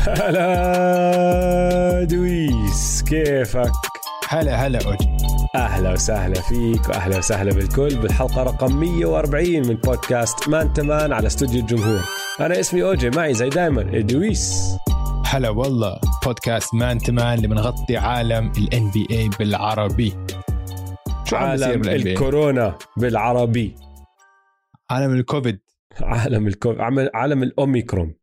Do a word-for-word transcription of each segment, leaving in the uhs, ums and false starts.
هلا دويس، كيفك؟ هلا هلا أوجي، أهلا وسهلا فيك وأهلا وسهلا بالكل بالحلقة رقم مية وأربعين من بودكاست مان تمان على استوديو الجمهور. أنا اسمي أوجي، معي زي دايما دويس. هلا والله، بودكاست مان تمان اللي بنغطي عالم ال إن بي إيه بالعربي. شو عالم الكورونا بالعربي؟ عالم الكوفيد، عالم الكوفيد، عالم الأوميكرون.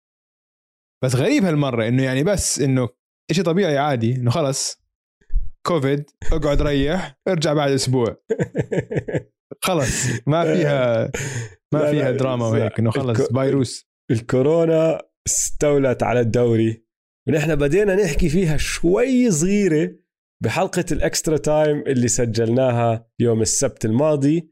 بس غريب هالمرة إنه يعني بس إنه إشي طبيعي عادي، إنه خلص كوفيد اقعد ريح ارجع بعد أسبوع. خلص ما فيها ما فيها دراما وهيك، إنه خلص فيروس الكورونا استولت على الدوري، ونحن بدينا نحكي فيها شوي صغيرة بحلقة الأكسترا تايم اللي سجلناها يوم السبت الماضي،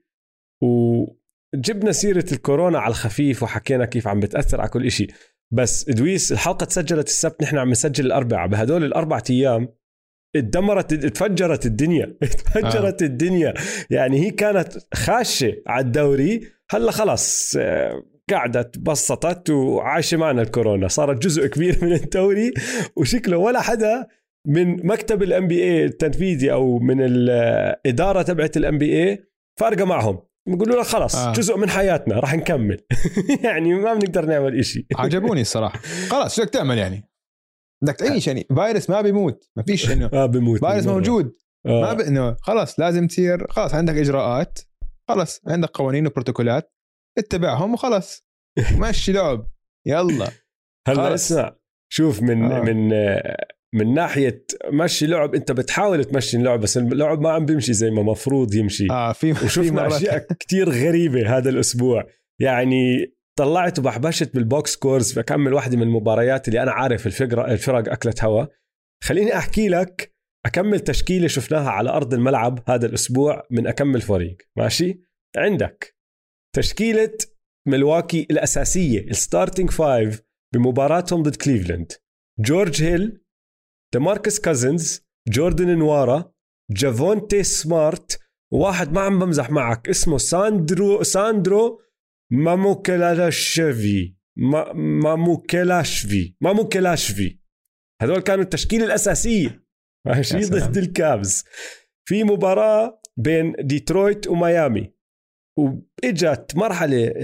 وجبنا سيرة الكورونا على الخفيف وحكينا كيف عم بتأثر على كل إشي. بس دويس، الحلقة تسجلت السبت، نحن عم نسجل الأربعاء. بهدول الأربع أيام اتدمرت اتفجرت الدنيا اتفجرت آه. الدنيا يعني هي كانت خاشة على الدوري، هلا خلص قاعدة تبسطت وعايشة معنا الكورونا، صارت جزء كبير من الدوري، وشكله ولا حدا من مكتب الام بي اي التنفيذي او من الإدارة تبعت الام بي اي فارقة معهم، بيقولوا له خلص آه. جزء من حياتنا راح نكمل. يعني ما بنقدر نعمل إشي. عجبوني الصراحة. خلاص شو بدك تعمل يعني؟ بدك تعيش يعني، فيروس ما بيموت، ما فيش انه آه بيموت فيروس موجود آه. ما ب... انه خلاص لازم تصير، خلاص عندك اجراءات، خلاص عندك قوانين وبروتوكولات اتبعهم وخلاص ماشي لعب يلا. هلا اسمع، شوف من آه. من من ناحية مشي لعب، انت بتحاول تمشي اللعب بس اللعب ما عم بيمشي زي ما مفروض يمشي. آه في وشوفنا في اشياء كتير غريبة هذا الاسبوع. يعني طلعت وبحبشت بالبوكس كورز بكمل واحدة من المباريات اللي أنا عارف الفرق الفرق أكلت هوا. خليني أحكي لك، أكمل تشكيلة شفناها على أرض الملعب هذا الأسبوع من أكمل فريق. ماشي، عندك تشكيلة ملواكي الأساسية الستارتينج فايف بمباراتهم ضد كليفلاند: جورج هيل، دماركس كازنز، جوردن نوارا، جافونتي سمارت، وواحد ما عم بمزح معك اسمه ساندرو ساندرو ماموكلاشفي ما ماموكلاشفي ماموكلاشفي هذول كانوا التشكيلة الأساسية. ماشي، ضد الكابز في مباراة بين ديترويت وميامي، وإجت مرحلة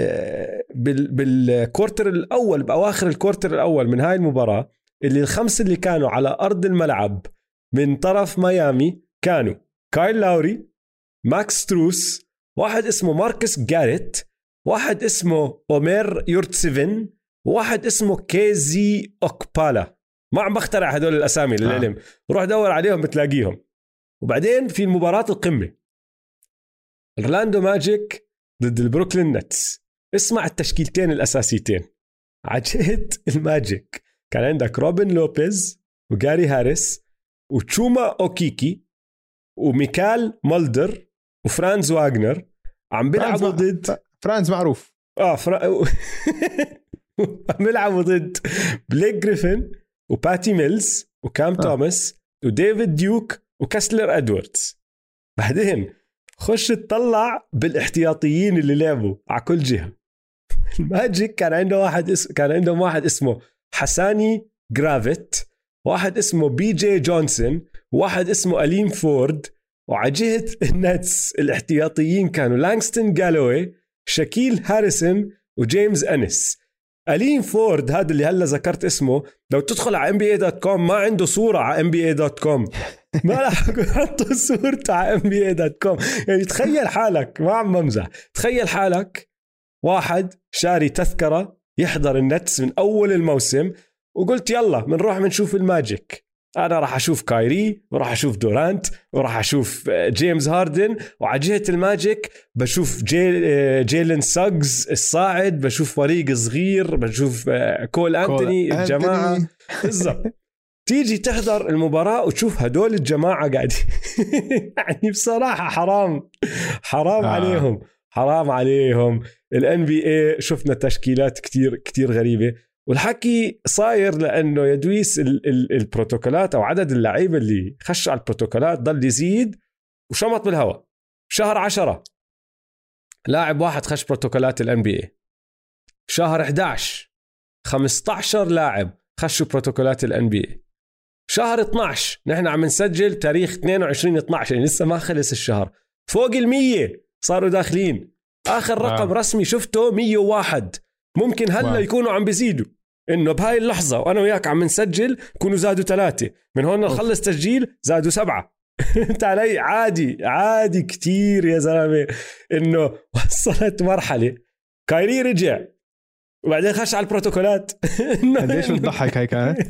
بالكورتر الأول، بأواخر الكورتر الأول من هاي المباراة، اللي الخمسة اللي كانوا على أرض الملعب من طرف ميامي كانوا كايل لاوري، ماكس ستروس، واحد اسمه ماركس جاريت، واحد اسمه أومير يورتسيفن، وواحد اسمه كيزي أوكبالا. ما عم بخترع هدول الأسامي للعلم، آه. روح دور عليهم بتلاقيهم. وبعدين في المباراة القمة أورلاندو ماجيك ضد البروكلين نتس. اسمع التشكيلتين الأساسيتين. عجهة الماجيك كان عندك روبن لوبيز وغاري هاريس وتشوما أوكيكي وميكال مولدر وفرانز واغنر، عم بيلعبوا ضد فرانز معروف اه فرا... عم بيلعبوا ضد بليك جريفن وباتي ميلز وكام آه. توماس وديفيد ديوك وكاسلر ادواردز. بعدين خش تطلع بالاحتياطيين اللي لعبوا على كل جهة. الماجيك كان عنده واحد اس... كان عندهم واحد اسمه حساني جرافيت، واحد اسمه بي جي جونسون، واحد اسمه أليم فورد. وعجهة النتس الاحتياطيين كانوا لانغستون جالوي، شاكيل هاريسون وجيمس أنيس. ألين فورد هذا اللي هلا ذكرت اسمه، لو تدخل على إن بي إيه دوت كوم ما عنده صورة على إن بي إيه دوت كوم، ما راح يحطوا صورته على إن بي إيه دوت كوم. يعني تخيل حالك، ما عم بمزح، تخيل حالك واحد شاري تذكرة يحضر النتس من أول الموسم، وقلت يلا بنروح بنشوف الماجيك، أنا راح أشوف كايري وراح أشوف دورانت وراح أشوف جيمس هاردن، وعجهة الماجيك بشوف جي جيلين ساغز الصاعد، بشوف فريق صغير، بشوف كول أنتوني الجماعة بالضبط. تيجي تحضر المباراة وتشوف هدول الجماعة قاعدين. يعني بصراحة حرام حرام آه. عليهم حرام عليهم. ال إن بي إيه شفنا تشكيلات كتير كتير غريبة، والحكي صاير لأنه يدويس ال ال البروتوكولات أو عدد اللعيبة اللي خش على البروتوكولات ضل يزيد وشمط بالهواء. شهر عشرة لاعب واحد خش بروتوكولات ال إن بي إيه، شهر إحدى عشر خمسة عشر لاعب خشوا بروتوكولات الان بي. شهر اثناشر نحن عم نسجل تاريخ اثنين وعشرين اثناشر، يعني لسه ما خلص الشهر، فوق المية صاروا داخلين. آخر رقم واو. رسمي شفته مية وواحد، ممكن هلا واو. يكونوا عم بيزيدوا، إنه بهاي اللحظة وأنا وياك عم نسجل كونوا زادوا ثلاثة، من هون نخلص تسجيل زادوا سبعة. انت علي عادي عادي كتير يا زلمة، إنه وصلت مرحلة كايري رجع وبعدين خش على البروتوكولات. قديش بتضحك هاي كانت.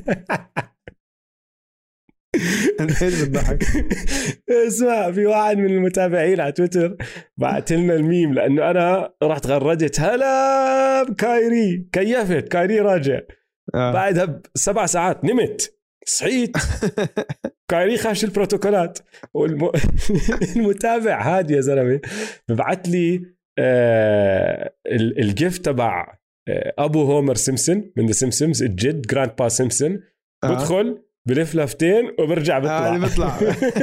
ايش بتضحك. اسمع، في واحد من المتابعين على تويتر بعت لنا الميم، لانه انا رحت غردت هلا بكايري، كيفت كايري راجع. آه. بعدها بسبع ساعات نمت صحيت كايري خاش البروتوكولات. والمتابع هادي يا زلمه ببعت لي آه الجيف تبع آه ابو هومر سيمسون من ذا سيمسونز، الجد جراند با سيمسون. آه. بدخل بلف لفتين وبرجع بطلع. آه بطلع.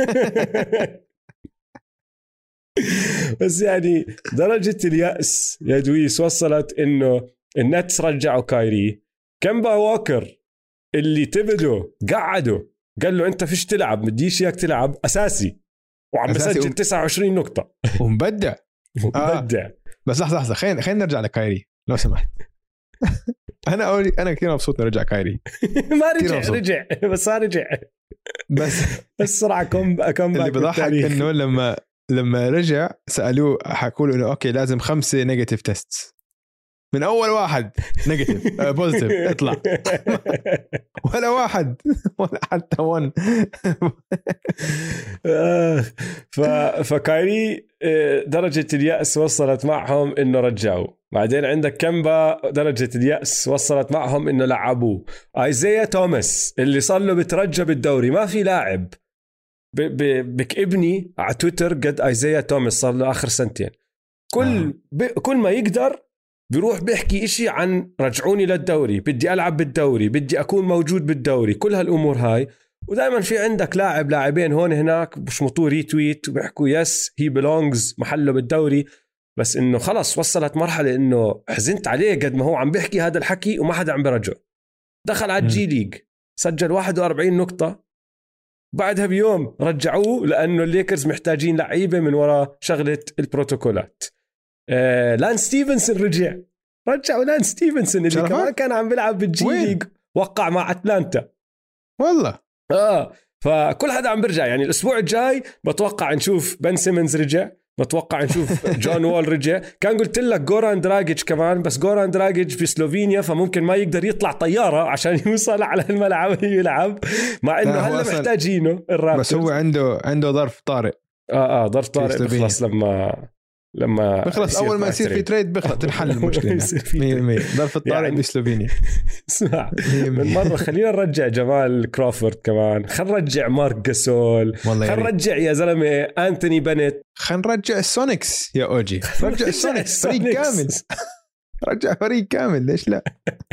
بس يعني درجة اليأس يا دويس وصلت إنه النتس رجعوا كايري. كمبا ووكر اللي تبدو قعده قال له أنت فيش تلعب، مديش إياك تلعب أساسي، وعم بسجل تسعة وعشرين نقطة ومبدع ومبدع. آه. بس لحظة لحظة خلينا خلينا نرجع لكايري لو سمحت. انا اولي انا كثير مبسوط انه رجع كايري. ما رجع رجع بس رجع بس بسرعه كم كم اللي بضحك انه لما لما رجع سالوه حكوا له انه اوكي لازم خمسه نيجاتيف تيست، من اول واحد نيجاتيف بوزيتيف اطلع. ولا واحد ولا حتى ون. ف فكايري درجه اليأس وصلت معهم انه رجعوا. بعدين عندك كمبا درجة اليأس وصلت معهم إنه لعبوه. آيزايا توماس اللي صار له بترجى بالدوري، ما في لاعب بك ابني على تويتر قد آيزايا توماس صار له آخر سنتين. كل ب... كل ما يقدر بيروح بيحكي إشي عن رجعوني للدوري، بدي ألعب بالدوري، بدي أكون موجود بالدوري، كل هالأمور هاي. ودائما في عندك لاعب لاعبين هون هناك بشمطوا ريتويت وبيحكوا يس هي بيلونجز محله بالدوري. بس انه خلص وصلت مرحله انه حزنت عليه قد ما هو عم بيحكي هذا الحكي وما حدا عم برجعه. دخل على الجي ليج سجل واحد وأربعين نقطه، بعدها بيوم رجعوه لانه الليكرز محتاجين لعيبه من وراء شغله البروتوكولات. آه لان ستيفنسون رجع، رجعوا لان ستيفنسون اللي كمان كان عم بيلعب بالجي ليج، وقع مع اتلانتا والله. اه فكل هذا عم برجع. يعني الاسبوع الجاي بتوقع نشوف بن سيمنز رجع، بتوقع نشوف جون وول رجع. كان قلت لك جوران دراجيتش كمان، بس جوران دراجيتش في سلوفينيا فممكن ما يقدر يطلع طيارة عشان يوصل على الملعب يلعب، مع انه هلا محتاجينه الرابترز. بس هو عنده عنده ظرف طارئ. اه اه ظرف طارئ بخلص لما لما بخلص اول ما يصير في تريد بخلص تنحل المشكله. مية بالمية ظرف الطارئ يعني بسلوفينيا. اسمع من مره خلينا نرجع جمال كرافورد كمان، خلينا نرجع مارك جاسول، خلينا نرجع يا زلمه أنتوني بنت، خلينا نرجع السونيكس يا اوجي، رجع السونيكس فريق كامل. رجع فريق كامل ليش لا.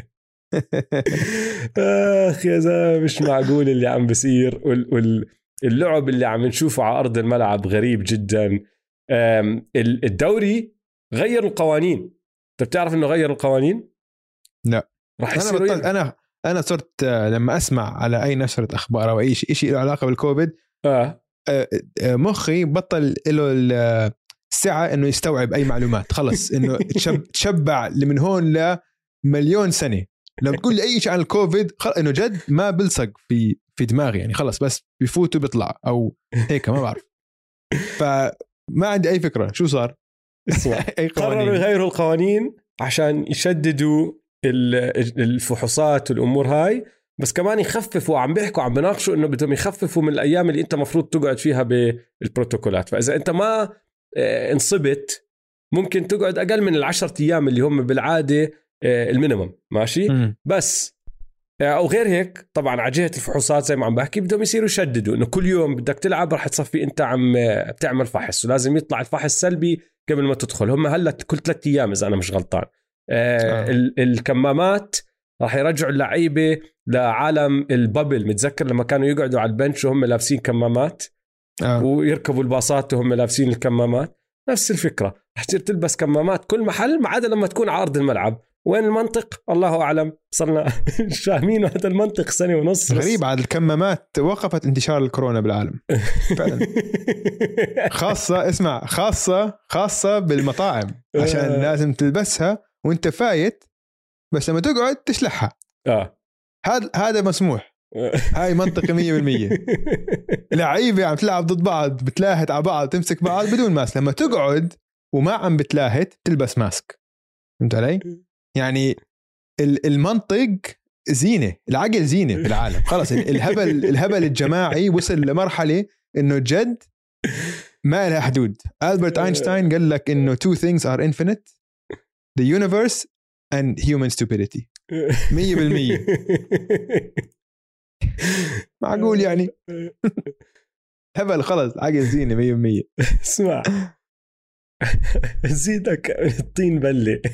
اخ يا زلمه مش معقول اللي عم بيصير، واللعب اللي عم نشوفه على ارض الملعب غريب جدا. الدوري غير القوانين. انت بتعرف انه غير القوانين؟ لا راح انا بطل انا انا صرت لما اسمع على اي نشرة اخبار او اي شيء له علاقه بالكوفيد اه مخي بطل له السعه انه يستوعب اي معلومات. خلص انه تشبع من هون لمليون سنه لما تقول لي اي شيء عن الكوفيد خلص انه جد ما بلصق في في دماغي. يعني خلص بس بيفوت وبيطلع او هيك ما بعرف. ف ما عندي أي فكرة شو صار. قرروا يغيروا القوانين عشان يشددوا الفحوصات والأمور هاي، بس كمان يخففوا. عم بيحكوا عم بناقشوا إنه بدهم يخففوا من الأيام اللي أنت مفروض تقعد فيها بالبروتوكولات. فإذا أنت ما انصبت ممكن تقعد أقل من العشرة أيام اللي هم بالعادة المينيمم ماشي. م. بس أو غير هيك طبعا على جهة الفحوصات زي ما عم بحكي بدهم يصيروا يشددوا إنه كل يوم بدك تلعب رح تصفي أنت عم بتعمل فحص، ولازم يطلع الفحص سلبي قبل ما تدخل. هم هلا كل ثلاثة أيام إذا أنا مش غلطان. آه. الكمامات رح يرجعوا اللعيبة لعالم البابل. متذكر لما كانوا يقعدوا على البنش وهم لابسين كمامات آه. ويركبوا الباصات وهم لابسين الكمامات، نفس الفكرة. رح تصير تلبس كمامات كل محل ما عدا لما تكون على أرض الملعب. وين المنطق الله أعلم. صرنا مش فاهمين هذا المنطق سنة ونص. غريب عاد الكمامات وقفت انتشار الكورونا بالعالم فعلا. خاصة اسمع خاصة خاصة بالمطاعم عشان لازم تلبسها وانت فايت بس لما تقعد تشلحها. اه هذا هذا مسموح. هاي منطقة مية بالمية. لعيبة عم تلعب ضد بعض بتلاهت على بعض تمسك بعض بدون ماسك. لما تقعد وما عم بتلاهت تلبس ماسك. فهمت علي؟ يعني المنطق زينة. العقل زينة في العالم. خلاص الهبل الهبل الجماعي وصل لمرحلة إنه جد ما لها حدود. ألبرت أينشتاين قال لك إنه two things are infinite: the universe and human stupidity. مية بالمية. معقول يعني. هبل خلص عقل زينة مية بالمية. اسمع زيدك الطين بلة.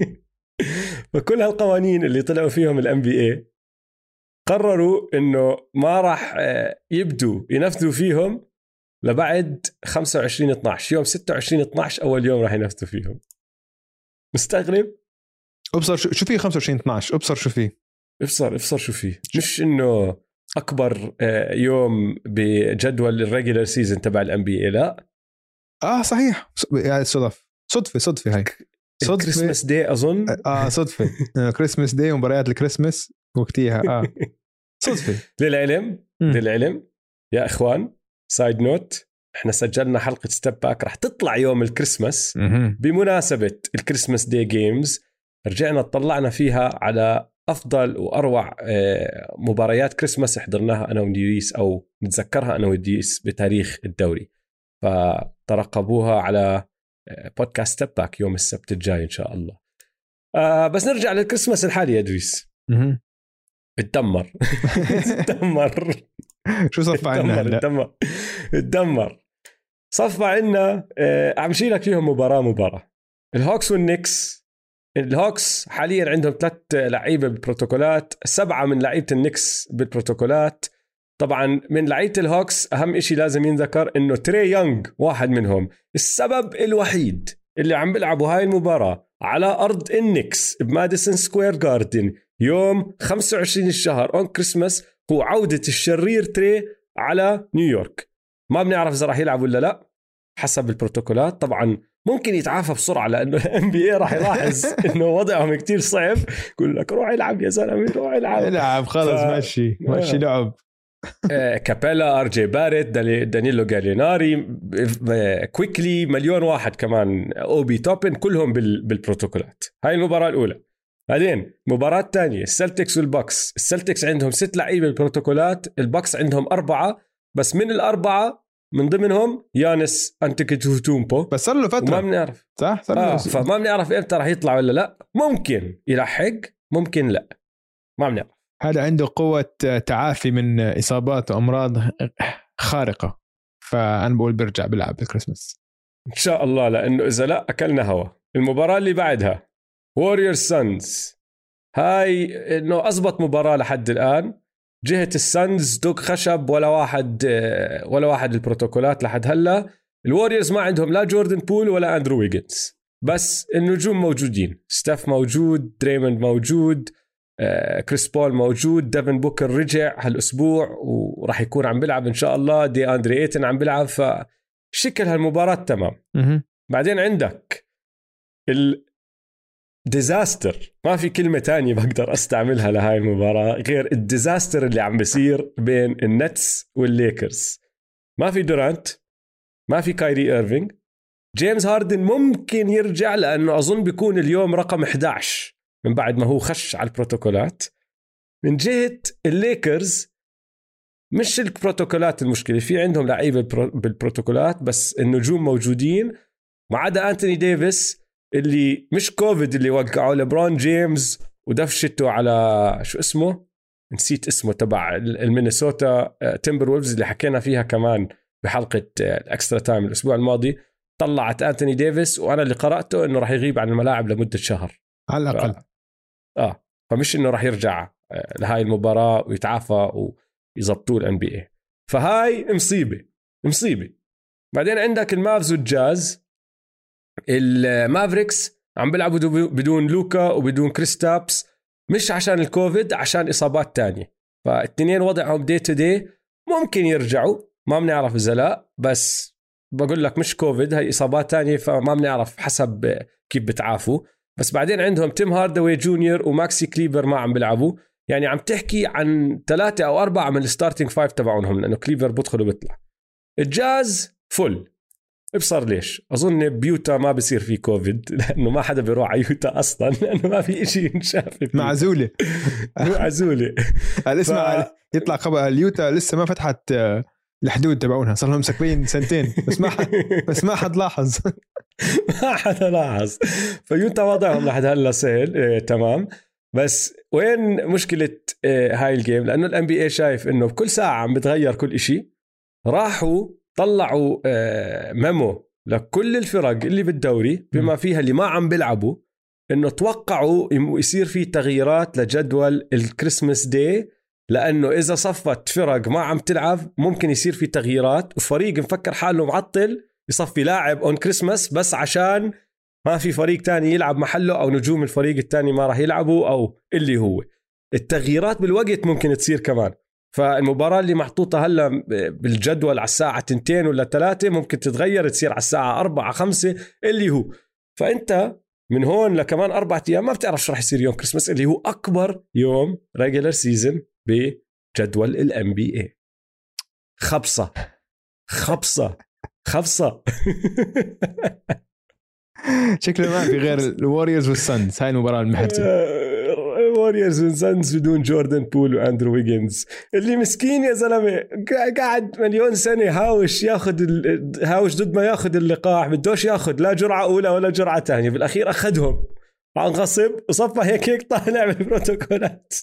فكل هالقوانين اللي طلعوا فيهم الام بي اي قرروا انه ما راح يبدوا ينفذوا فيهم لبعد خمسة وعشرين اثناشر. يوم ستة وعشرين اثناشر اول يوم راح ينفذوا فيهم. مستغرب؟ ابصر شو فيه خمسة وعشرين اثناشر. ابصر شو فيه. ابصر ابصر شو فيه. مش انه اكبر يوم بجدول الريجولر سيزون تبع الام بي اي. لا اه صحيح يعني صدف صدفه صدفه هاي صدفه كريسماس داي اظن. اه صدفه كريسماس داي ومباريات الكريسماس وقتها اه صدفه. للعلم للعلم يا اخوان سايد نوت احنا سجلنا حلقه ستيب باك راح تطلع يوم الكريسماس بمناسبه الكريسماس داي جيمز. رجعنا طلعنا فيها على افضل واروع مباريات كريسماس حضرناها انا وديويس او نتذكرها انا وديويس بتاريخ الدوري. فترقبوها على بودكاست ستيب باك يوم السبت الجاي ان شاء الله. آه بس نرجع للكريسماس الحالي يا دويس. اتدمر. اتدمر. شو صفى عنا هلا؟ اتدمر اتدمر صفى عنا. آه عم شيلك فيهم مباراه مباراه. الهوكس والنيكس. الهوكس حاليا عندهم ثلاث لعيبه بالبروتوكولات. سبعه من لعيبه النيكس بالبروتوكولات. طبعا من لعيبه الهوكس اهم إشي لازم ينذكر انه تري يونغ واحد منهم. السبب الوحيد اللي عم بيلعبوا هاي المباراه على ارض النيكس بماديسون سكوير جاردن يوم خمسة وعشرين الشهر اون كريسماس هو عوده الشرير تري على نيويورك. ما بنعرف اذا راح يلعب ولا لا حسب البروتوكولات. طبعا ممكن يتعافى بسرعه لانه الام بي اي راح يلاحظ انه وضعهم كتير صعب. يقول لك روح يلعب يا زلمه روح يلعب. يلعب خلص ف... ماشي ماشي لعب. كابيلا ار جي باريت دانييلو غاليناري كويكلي مليون واحد كمان اوبي توبن كلهم بالبروتوكولات. هاي المباراه الاولى. بعدين مباراه ثانيه السلتكس والبوكس. السلتكس عندهم ست لعيبه بالبروتوكولات. البوكس عندهم اربعه بس من الاربعه من ضمنهم يانس أنتيتوكومبو بس صار له فتره ما بنعرف صح صار آه فما بنعرف امتى راح يطلع ولا لا. ممكن يلحق ممكن لا ما بنعرف. هذا عنده قوة تعافي من إصابات وأمراض خارقة. فأنا بقول برجع بلعب بالكريسماس إن شاء الله. لأنه إذا لا أكلنا هوا. المباراة اللي بعدها ووريور سانز. هاي إنه أزبط مباراة لحد الآن. جهة السانز دوق خشب ولا واحد ولا واحد البروتوكولات لحد هلا. الواريورز ما عندهم لا جوردن بول ولا أندرو ويجنز بس النجوم موجودين. ستاف موجود دريموند موجود كريس بول موجود. ديفن بوكر رجع هالأسبوع وراح يكون عم بيلعب إن شاء الله. دي أندري إيتن عم بيلعب. فشكل هالمباراة تمام. بعدين عندك الديزاستر. ما في كلمة تانية بقدر أستعملها لهاي المباراة غير الديزاستر اللي عم بيصير بين النتس والليكرز. ما في دورانت ما في كايري إيرفينج. جيمس هاردن ممكن يرجع لأنه أظن بيكون اليوم رقم إحدى عشر من بعد ما هو خش على البروتوكولات. من جهة الليكرز مش البروتوكولات المشكلة. في عندهم لعيبة بالبروتوكولات بس النجوم موجودين ما عدا أنتوني ديفيس اللي مش كوفيد اللي وقعوا لبرون جيمس ودفشته على شو اسمه نسيت اسمه تبع المينيسوتا تيمبر وولفز اللي حكينا فيها كمان بحلقة الأكسترا تايم الأسبوع الماضي. طلعت أنتوني ديفيس وأنا اللي قرأته إنه راح يغيب عن الملاعب لمدة شهر على الأقل. ف... آه فمش إنه راح يرجع لهاي المباراة ويتعافى ويزبطوا الان بي اي. فهاي مصيبة مصيبة. بعدين عندك المافز والجاز. المافريكس عم بيلعبوا بدون لوكا وبدون كريستابس، مش عشان الكوفيد، عشان إصابات تانية. فالتنين وضعهم دي تو دي، ممكن يرجعوا، ما بنعرف إذا لا، بس بقول لك مش كوفيد، هاي إصابات تانية، فما بنعرف حسب كيف بتعافوا. بس بعدين عندهم تيم هاردوي جونيور وماكسي كليفر ما عم بيلعبوا، يعني عم تحكي عن ثلاثة أو أربعة من الستارتينج فايف تبعونهم، لأنه كليفر بدخل وبيطلع. الجاز فل، ابصر ليش؟ أظن بيوتا ما بصير فيه كوفيد، لأنه ما حدا بيروح على يوتا أصلا، لأنه ما في إشي ينشاف. معزولة معزولة. الاسمع ف... يطلع خبر اليوتا لسه ما فتحت الحدود تبعونها، صار لهم مسكرين سنتين، بس ما حد بس ما حد لاحظ. ما حدا لاحظ. فيوتا وضعهم لحد هلا سهل. إيه، تمام. بس وين مشكلة إيه هاي الجيم؟ لأنه الان بي اي شايف إنه بكل ساعة عم بتغير كل إشي. راحوا طلعوا إيه ميمو لكل الفرق اللي بالدوري بما فيها اللي ما عم بيلعبوا، إنه توقعوا يصير فيه تغييرات لجدول الكريسماس داي، لأنه إذا صفت فرق ما عم تلعب ممكن يصير في تغييرات، وفريق مفكر حاله معطل يصفي لاعب اون كريسماس بس عشان ما في فريق تاني يلعب محله، أو نجوم الفريق التاني ما راح يلعبوا، أو اللي هو التغييرات بالوقت ممكن تصير كمان. فالمباراة اللي محطوطة هلا بالجدول على الساعة تنتين ولا ثلاثة ممكن تتغير تصير على الساعة أربعة خمسة اللي هو. فأنت من هون لكمان أربعة أيام ما بتعرف شو راح يصير يوم كريسماس، اللي هو أكبر يوم ريجولر سيزن بجدول الام بي اي. خبصة خبصة خبصة. شكله ما في غير الواريورز والسانز، هاي المباراة المحرجة. الواريورز والسانز بدون جوردن بول واندرو ويجنز، اللي مسكين يا زلمة قاعد مليون سنة هاوش ياخد هاوش ضد ما ياخد اللقاح، بدوش ياخد لا جرعة أولى ولا جرعة تانية، بالأخير أخدهم عن غصب وصفى هيك هيك طالع بالبروتوكولات.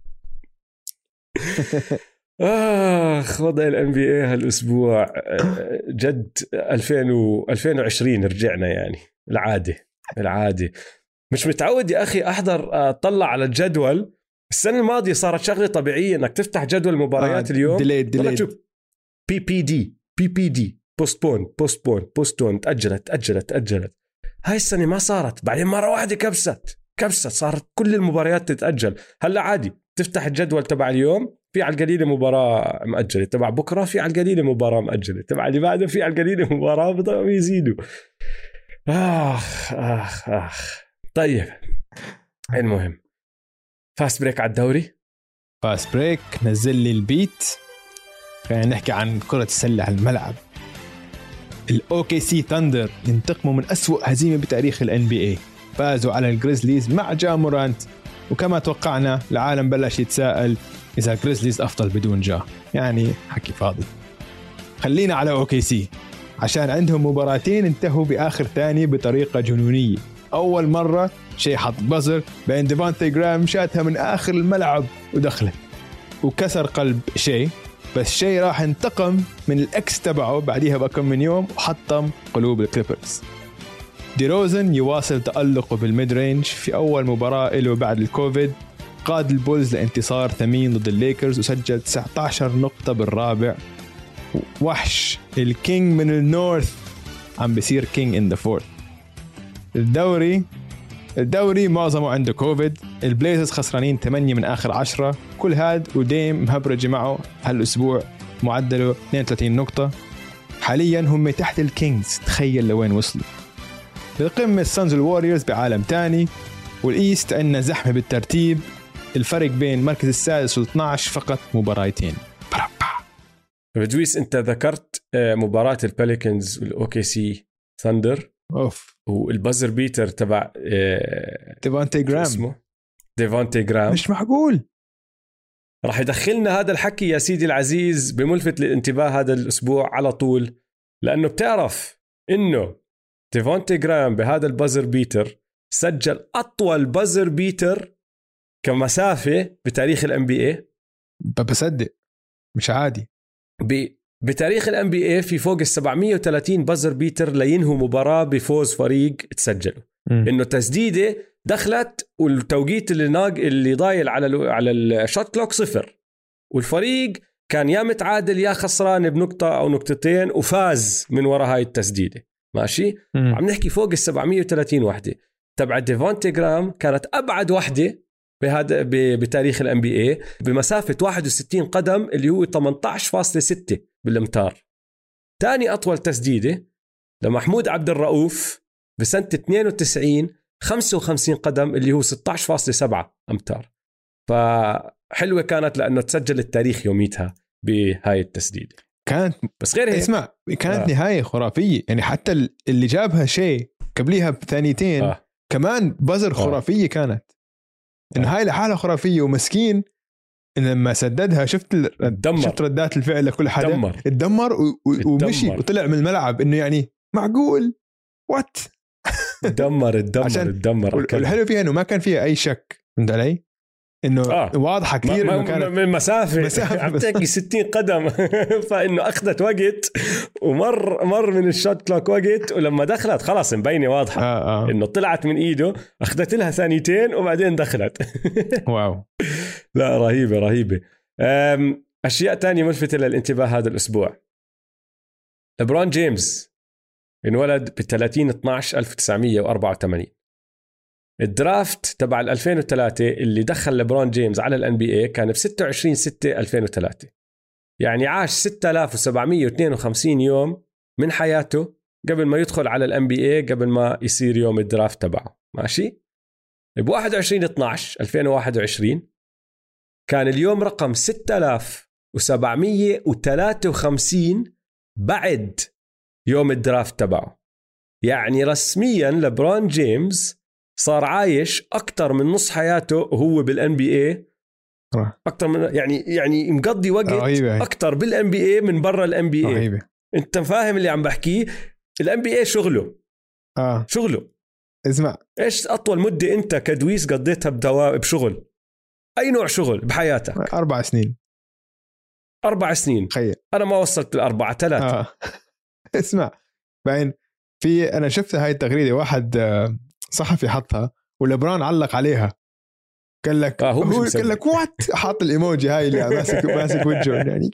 آخ وضع الان بي اي هالأسبوع جد ألفين وعشرين رجعنا، يعني العادة العادة. مش متعود يا أخي أحضر أطلع على الجدول. السنة الماضية صارت شغلة طبيعية إنك تفتح جدول المباريات آه اليوم ديليد ديليد بي بي دي بي بي دي بوستبون بوستبون بوستبون تأجلت تأجلت تأجلت. هاي السنة ما صارت، بعدين مرة واحدة كبست كبست صارت كل المباريات تتأجل. هلا عادي تفتح الجدول تبع اليوم في على القليلة مباراة مأجلة، تبع بكرة في على القليلة مباراة مأجلة، تبع اللي بعده في على القليلة مباراة بضلوا يزيدوا. آخ آخ آخ. طيب المهم فاست بريك على الدوري. فاست بريك نزل لي البيت. خلينا نحكي عن كرة السلة على الملعب. الأو كي سي ثاندر ينتقموا من أسوأ هزيمة بتاريخ ال إن بي إيه، فازوا على الجريزليز مع جا مورانت، وكما توقعنا العالم بلش يتساءل إذا الجريزليز أفضل بدون جا، يعني حكي فاضي. خلينا على أو كي سي عشان عندهم مباراتين انتهوا بآخر ثانية بطريقة جنونية. أول مرة شيء حط بازر بين ديفونتي جرام، شاتها من آخر الملعب ودخلت وكسر قلب شيء، بس شيء راح انتقم من الأكس تبعه بعديها بكم من يوم وحطم قلوب الكليبرز. دي روزن يواصل تألقه بالميد رينج. في أول مباراة له بعد الكوفيد قاد البولز لانتصار ثمين ضد الليكرز وسجل تسعة عشر نقطة بالرابع. وحش الكينج من النورث عم بيصير كينج ان ذا فورث. الدوري الدوري معظمه عنده كوفيد. البليزرز خسرانين ثمانية من آخر عشرة، كل هاد وديم مهبرج معه هالأسبوع معدله اثنين وثلاثين نقطة. حاليا هم تحت الكينجز، تخيل لوين وصلوا. بالقمة السانز والواريورز بعالم تاني. والإيست عندنا زحمة بالترتيب، الفرق بين مركز السادس والاثنى عشر فقط مباراتين. بدويس انت ذكرت مباراة الباليكنز والأوكي سي ثاندر، اوف، والبازر بيتر تبع ديفونتي جرام اسمه ديفونتي جرام، مش معقول. راح يدخلنا هذا الحكي يا سيدي العزيز بملفت للانتباه هذا الأسبوع على طول، لأنه بتعرف إنه ديفونتي جرام بهذا البازر بيتر سجل أطول بازر بيتر كمسافة بتاريخ الام بي اي. بصدق مش عادي. بتاريخ الام بي اي في فوق السبعمية وثلاثين بازر بيتر لينهوا مباراة بفوز فريق تسجلوا. م. انه تسديدة دخلت والتوقيت اللي ناق اللي ضايل على ال على الشوت كلوك صفر، والفريق كان يا متعادل يا خسران بنقطة او نقطتين وفاز من وراء هاي التسديدة. ماشي. م. عم نحكي فوق السبعمية وثلاثين وحدة. تبع ديفونتي جرام كانت أبعد واحدة بهذا بتاريخ الام بي اي بمسافة واحد وستين قدم اللي هو ثمانية عشر فاصلة ستة بالامتار. تاني أطول تسديدة لمحمود عبد الرؤوف بسنة اثنين وتسعين خمسة وخمسين قدم اللي هو ستة عشر فاصلة سبعة أمتار. فحلوة كانت لأنه تسجل التاريخ يوميتها بهاي التسديدة. كانت بس غير هيك اسمع كانت آه. نهاية خرافية يعني، حتى اللي جابها شيء قبليها بثانيتين آه. كمان بزر خرافية آه. كانت إنه هاي لحالها خرافية. ومسكين إن لما سددها شفت الدمر. شفت ردات الفعل لكل حدا دمر. اتدمر و... و... ومشي وطلع من الملعب إنه يعني معقول وات دمر الدمر الدمر. والحلو فيها إنه ما كان فيها أي شك فهمت علي إنه آه. واضحة كثير ما إنه كانت من مسافة, مسافة عم تحكي ستين قدم فإنه أخذت وقت ومر مر من الشوت كلوك وقت، ولما دخلت خلاص مبينة واضحة آه آه. إنه طلعت من إيده أخذت لها ثانيتين وبعدين دخلت. واو لا رهيبة رهيبة. أشياء تانية ملفتة للانتباه هذا الأسبوع، لبرون جيمس انولد ب ثلاثين اثناشر ألف وتسعمية وأربعة وثمانين. الدرافت تبع ألفين وثلاثة اللي دخل لبرون جيمس على الان بي اي كان ب ستة وعشرين ستة ألفين وثلاثة، يعني عاش ستة آلاف وسبعمية واثنين وخمسين يوم من حياته قبل ما يدخل على الان بي اي، قبل ما يصير يوم الدرافت تبعه. ماشي ب واحد وعشرين اثناشر ألفين وواحد وعشرين كان اليوم رقم ستة آلاف وسبعمية وثلاثة وخمسين بعد يوم الدرافت تبعه. يعني رسميا لبرون جيمس صار عايش أكتر من نص حياته وهو بالان بي اي، أكتر من يعني يعني مقضي وقت رهيبة. أكتر بالان بي اي من برا الان بي اي. أنت فاهم اللي عم بحكيه؟ الان بي اي شغله آه. شغله اسمع إيش أطول مدة أنت كدويس قضيتها بدوام بشغل؟ أي نوع شغل بحياتك؟ أربع سنين. أربع سنين خير. أنا ما وصلت الأربعة ثلاثة. آه. اسمع بعدين في أنا شفت هاي التغريدة واحد صحفي حطها ولبران علق عليها قال لك آه هو هو قال لك وات حاط الإيموجي هاي اللي ماسك ماسك وجهه يعني.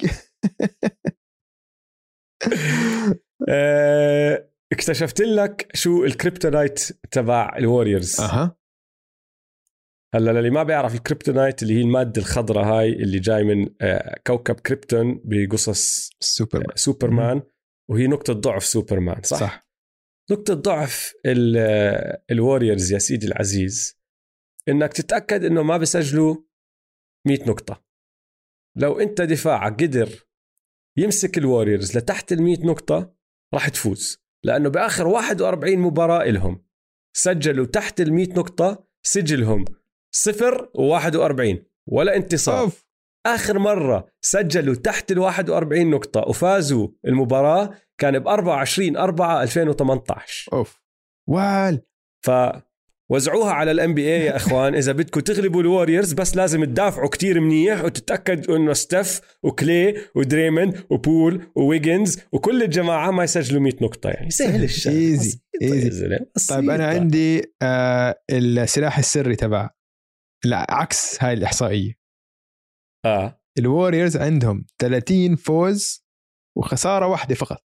اكتشفت لك شو الكريبتونايت تبع الواريورز. أها. هلا اللي ما بيعرف الكريبتونايت اللي هي المادة الخضراء هاي اللي جاي من كوكب كريبتون بقصص سوبرمان, سوبرمان. وهي نقطة ضعف سوبرمان صح؟ صح. نقطة ضعف الواريورز يا سيدي العزيز إنك تتأكد إنه ما بيسجلوا مية نقطة. لو أنت دفاعك قدر يمسك الواريورز لتحت المية نقطة راح تفوز، لأنه بآخر واحد وأربعين مباراة إلهم سجلوا تحت المية نقطة، سجلهم صفر وواحد وأربعين ولا انتصار. أوف. آخر مرة سجلوا تحت الواحد وأربعين نقطة وفازوا المباراة كان بأربعة وعشرين أربعة ألفين وثمانية عشر. أوف وال فوزعوها على الام بي اي يا اخوان. اذا بدكم تغلبوا الواريورز بس لازم تدافعوا كتير منيح وتتاكد انه ستيف وكلي ودريموند وبول وويجنز وكل الجماعه ما يسجلوا مية نقطه. يعني سهل الشيء. ايزي ايزي. طيب انا عندي آه السلاح السري تبع عكس هاي الاحصائيه. اه الواريورز عندهم ثلاثين فوز وخساره واحده فقط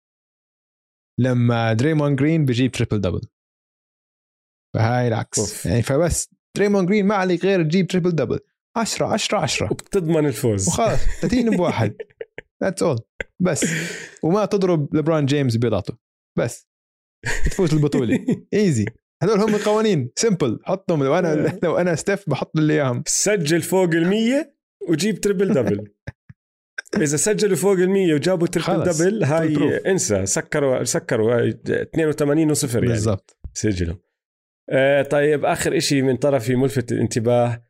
لما دريمون جرين بيجيب تريبل دبل. فهاي العكس. أوف. يعني فبس دريمون جرين ما عليك غير تجيب تريبل دبل عشرة عشرة عشرة وبتضمن الفوز وخلاص ثلاثين بواحد. That's all. بس وما تضرب لبران جيمس بيضاته بس تفوز البطولة. ايزي. هذول هم القوانين سيمبل. حطهم. لو انا لو انا ستيف بحط لي اياهم. سجل فوق المية وجيب تريبل دبل. إذا سجلوا فوق المية وجابوا تريبل دبل هاي انسى. سكروا سكروا اثنين وثمانين وصفر يعني بالضبط سجلوا. آه طيب آخر إشي من طرفي ملفت الانتباه،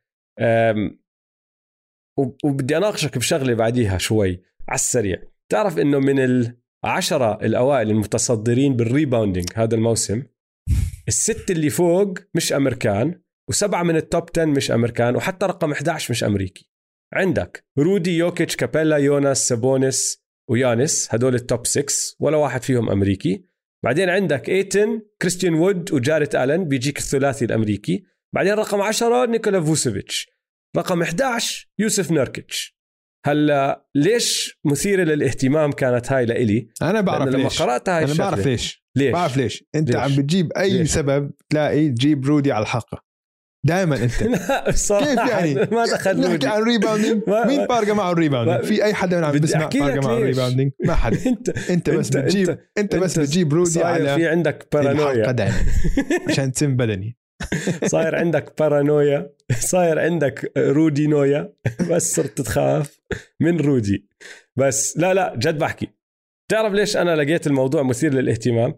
وبدي أناقشك بشغلة بعديها شوي على السريع. تعرف إنه من العشرة الأوائل المتصدرين بالريباوندينج هذا الموسم الست اللي فوق مش أمريكان، وسبعة من التوب عشرة مش أمريكان، وحتى رقم إحدى عشر مش أمريكي. عندك رودي، يوكيتش، كابيلا، يوناس، سابونس ويانس، هدول التوب ستة ولا واحد فيهم أمريكي. بعدين عندك ايتن، كريستيان وود وجاريت آلن، بيجيك الثلاثي الأمريكي. بعدين رقم عشرة نيكولا فوسيفيتش، رقم إحدى عشر يوسف نيركيتش. هلا ليش مثيرة للاهتمام كانت هاي لإلي؟ انا بعرف لما ليش قرأتها هاي انا الشغلة بعرف ليش ليش بعرف ليش انت ليش؟ عم بتجيب اي ليش؟ سبب تلاقي تجيب رودي على الحلقه دائما انت. لا كيف يعني ما دخل نحكي رودي. عن ريباوندينج ما- مين فارقه معه الريباوندينج؟ في اي حدا عم بدي بيسمع أحكي لك فارقه معه ليش. الريباوندينج؟ ما حدا. انت انت بس انت بتجيب انت, انت بس انت بتجيب رودي صاير على في عندك بارانويا الحلقه دائما عشان تسم بدني. صاير عندك بارانويا، صاير عندك رودي نويا، بس صرت تخاف من رودي. بس لا لا جد بحكي، تعرف ليش أنا لقيت الموضوع مثير للاهتمام؟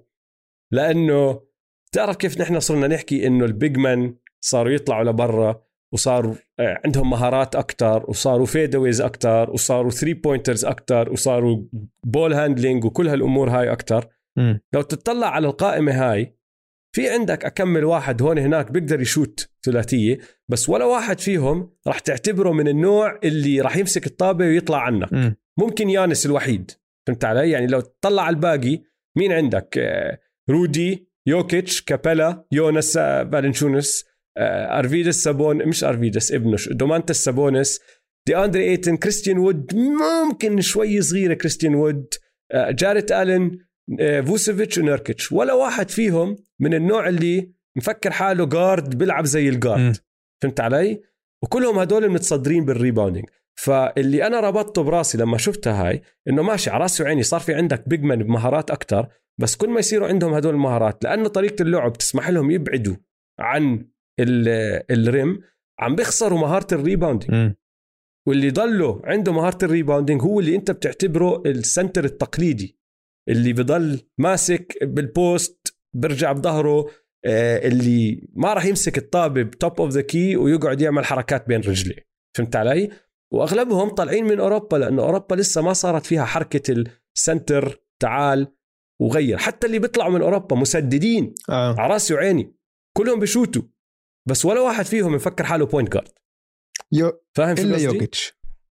لأنه تعرف كيف نحن صرنا نحكي إنه البيج مان صاروا يطلعوا لبرا وصاروا عندهم مهارات أكتر وصاروا فيدويز أكتر وصاروا ثري بوينترز أكتر وصاروا بول هاندلينج وكل هالأمور هاي أكتر. م. لو تطلع على القائمة هاي في عندك أكمل واحد هون هناك بيقدر يشوت ثلاثية، بس ولا واحد فيهم راح تعتبره من النوع اللي راح يمسك الطابة ويطلع عنك. م. ممكن يانس الوحيد، فهمت علي؟ يعني لو تطلع على الباقي مين عندك؟ رودي، يوكيتش، كابيلا، يونس فالنشونس، أرفيدس سابون مش أرفيدس ابنه دومانتس سابونس، دي أندري ايتن، كريستيان وود ممكن شوي صغيرة، كريستيان وود، جاريت آلن، فوسيفيتش ونيركيتش. ولا واحد فيهم من النوع اللي مفكر حاله جارد بيلعب زي الجارد، فهمت علي؟ وكلهم هدول متصدرين بالريباوندينج. فاللي أنا ربطته براسي لما شفتها هاي إنه ماشي على راسي وعيني، صار في عندك بيج مان بمهارات أكتر، بس كل ما يصيروا عندهم هدول المهارات لأنه طريقة اللعب تسمح لهم يبعدوا عن الريم، عم بيخسروا مهارة الريباوندينج. واللي ضلوا عنده مهارة الريباوندينج هو اللي أنت بتعتبره السنتر التقليدي، اللي بضل ماسك بالبوست برجع بظهره، اللي ما راح يمسك الطابة بتوب اوف ذا كي ويقعد يعمل حركات بين رجليه، فهمت علي؟ واغلبهم طالعين من اوروبا، لانه اوروبا لسه ما صارت فيها حركة السنتر تعال وغير. حتى اللي بيطلعوا من اوروبا مسددين آه. على راسي وعيني، كلهم بيشوتوا، بس ولا واحد فيهم يفكر حاله بوينت جارد. يو... فاهم الا يوكيتش.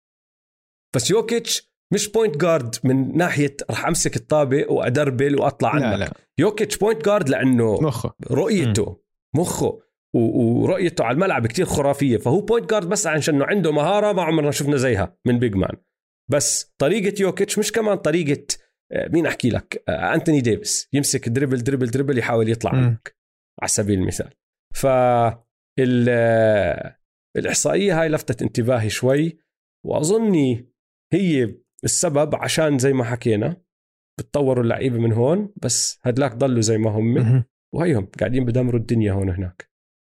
بس يوكيتش مش بوينت جارد من ناحية رح أمسك الطابة وأدربل وأطلع عنك. لا لا. يوكيتش بوينت جارد لأنه مخه رؤيته م. مخه ورؤيته على الملعب كتير خرافية، فهو بوينت جارد بس عشان إنه عنده مهارة ما عمرنا شفنا زيها من بيج مان. بس طريقة يوكيتش مش كمان طريقة مين أحكي لك أنتوني ديفيس، يمسك دربل دربل دربل يحاول يطلع م. عنك على سبيل المثال. فالإحصائية هاي لفتت انتباهي شوي، وأظني هي السبب عشان زي ما حكينا بتطوروا اللعيبة من هون، بس هدلاك ضلوا زي ما هم وهيهم قاعدين بدمروا الدنيا هون هناك.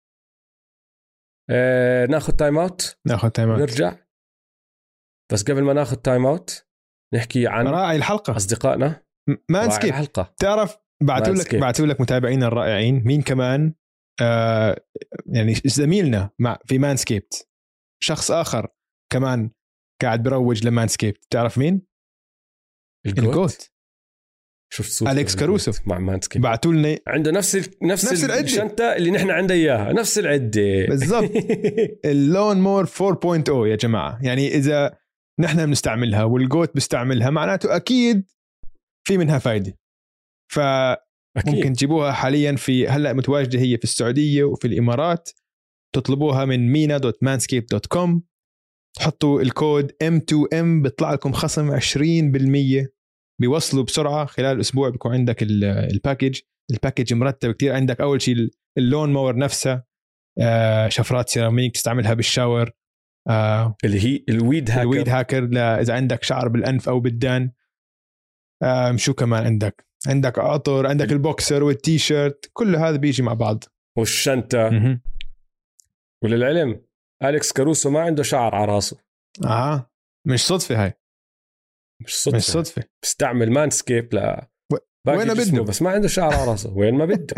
آه ناخد تايم اوت ناخد تايم اوت نرجع، بس قبل ما ناخد تايم اوت نحكي عن راعي الحلقة أصدقائنا مانسكيب. الحلقة تعرف بعتوا لك بعتوا لك متابعينا الرائعين مين كمان آه يعني زميلنا مع في مانسكيبت، شخص آخر كمان قاعد بروج لمانسكيبت. تعرف مين؟ الجوت, الجوت. شفت صورة أليكس كاروسو مع مانسكيبت، بعتوا لنا عنده نفس ال... نفس, نفس الشنطة اللي نحن عندنا إياها، نفس العدة بالضبط. اللون مور فور بوينت أو يا جماعة، يعني إذا نحن بنستعملها والجوت بيستعملها معناته أكيد في منها فايدة. فممكن تجيبوها حاليا في هلأ متواجدة هي في السعودية وفي الإمارات، تطلبوها من مينا دوت مانسكيب دوت كوم، تحطوا الكود إم تو إم بيطلع لكم خصم عشرين بالمية. بيوصلوا بسرعة، خلال أسبوع بيكون عندك الباكيج. الباكيج مرتب كتير. عندك أول شيء اللون مور نفسه، آه شفرات سيراميك تستعملها بالشاور، آه اللي هي الويد هاكر, الويد هاكر إذا عندك شعر بالأنف أو بالدان. آه شو كمان عندك؟ عندك عطر، عندك البوكسر والتي شيرت، كل هذا بيجي مع بعض. والشنطة. م-م. وللعلم أليكس كاروسو ما عنده شعر على راسه. آه مش صدفة هاي، مش صدفة, مش صدفة. بستعمل مانسكيب لا و... وين بده، بس ما عنده شعر على راسه وين ما بده.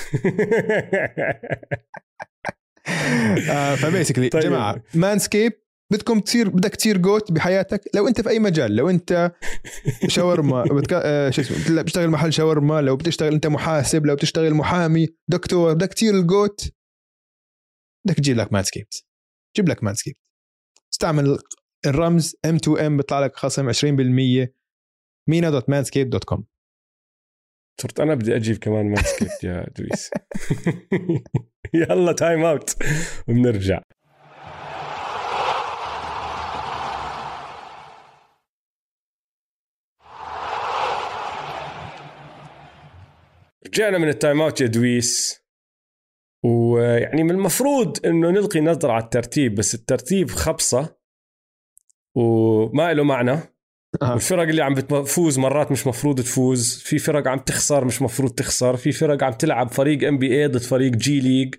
آه فبيسكلي طيب. جماعة مانسكيب بدكم تصير بدك تصير جوت بحياتك. لو انت في اي مجال، لو انت شاورما بتك... آه شو اسمه بتشتغل محل شاورما، لو بتشتغل انت محاسب، لو بتشتغل محامي، دكتور، بدك تصير الجوت، بدك تجيب لك مانسكيب. جيب لك مانسكيب، استعمل الرمز إم تو إم بيطلع لك خصم عشرين بالمية. مينا دوت مانسكيب دوت كوم. صرت انا بدي اجيب كمان مانسكيب يا دويس. يلا تايم اوت وبنرجع. رجعنا من التايم اوت يا دويس، ويعني من المفروض انه نلقي نظرة على الترتيب، بس الترتيب خبصة وما له معنى. آه. والفرق اللي عم بتفوز مرات مش مفروض تفوز، في فرق عم تخسر مش مفروض تخسر، في فرق عم تلعب فريق ام بي اي ضد فريق جي ليج.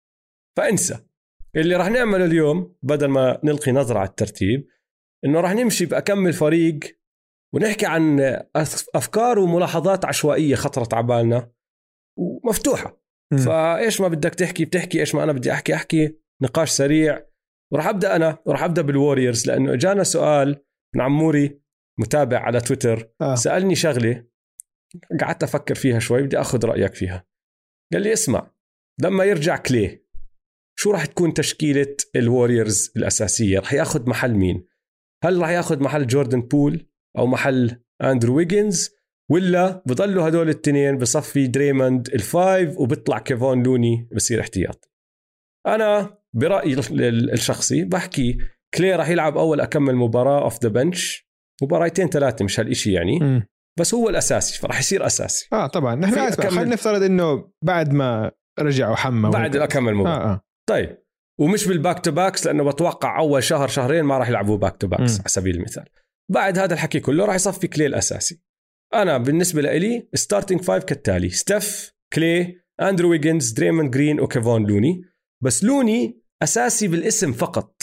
فانسى اللي راح نعمله اليوم، بدل ما نلقي نظرة على الترتيب انه راح نمشي بأكمل فريق ونحكي عن افكار وملاحظات عشوائية خطرت على بالنا ومفتوحة. م. فايش ما بدك تحكي بتحكي، ايش ما انا بدي احكي احكي. نقاش سريع، وراح ابدا انا وراح ابدا بالواريورز، لانه اجانا سؤال من عموري متابع على تويتر. آه. سألني شغلة قعدت افكر فيها شوي، بدي اخذ رأيك فيها. قال لي اسمع، لما يرجع كلي شو راح تكون تشكيلة الواريورز الأساسية؟ راح ياخذ محل مين؟ هل راح ياخذ محل جوردن بول أو محل أندرو ويجنز، ولا بضلوا هدول التنين بصفي دريموند الفايف وبيطلع كيفون لوني بصير احتياط؟ أنا برأيي الشخصي بحكي كلي راح يلعب أول أكمل مباراة أوف ذا بنش، مباراتين ثلاثة مش هالإشي يعني. م. بس هو الأساسي، فراح يصير أساسي. آه طبعا نحن أكمل... خلينا نفترض إنه بعد ما رجع وحمى بعد الأكمل مباراة. آه آه. طيب، ومش بالباك تو باكس، لأنه بتوقع أول شهر شهرين ما راح يلعبوا باك تو باكس على سبيل المثال. بعد هذا الحكي كله راح يصفي كلي الأساسي. أنا بالنسبة لي ستارتينج فايف كالتالي: ستيف، كلي، أندرو ويجنز، دريموند جرين وكيفون لوني. بس لوني أساسي بالاسم فقط،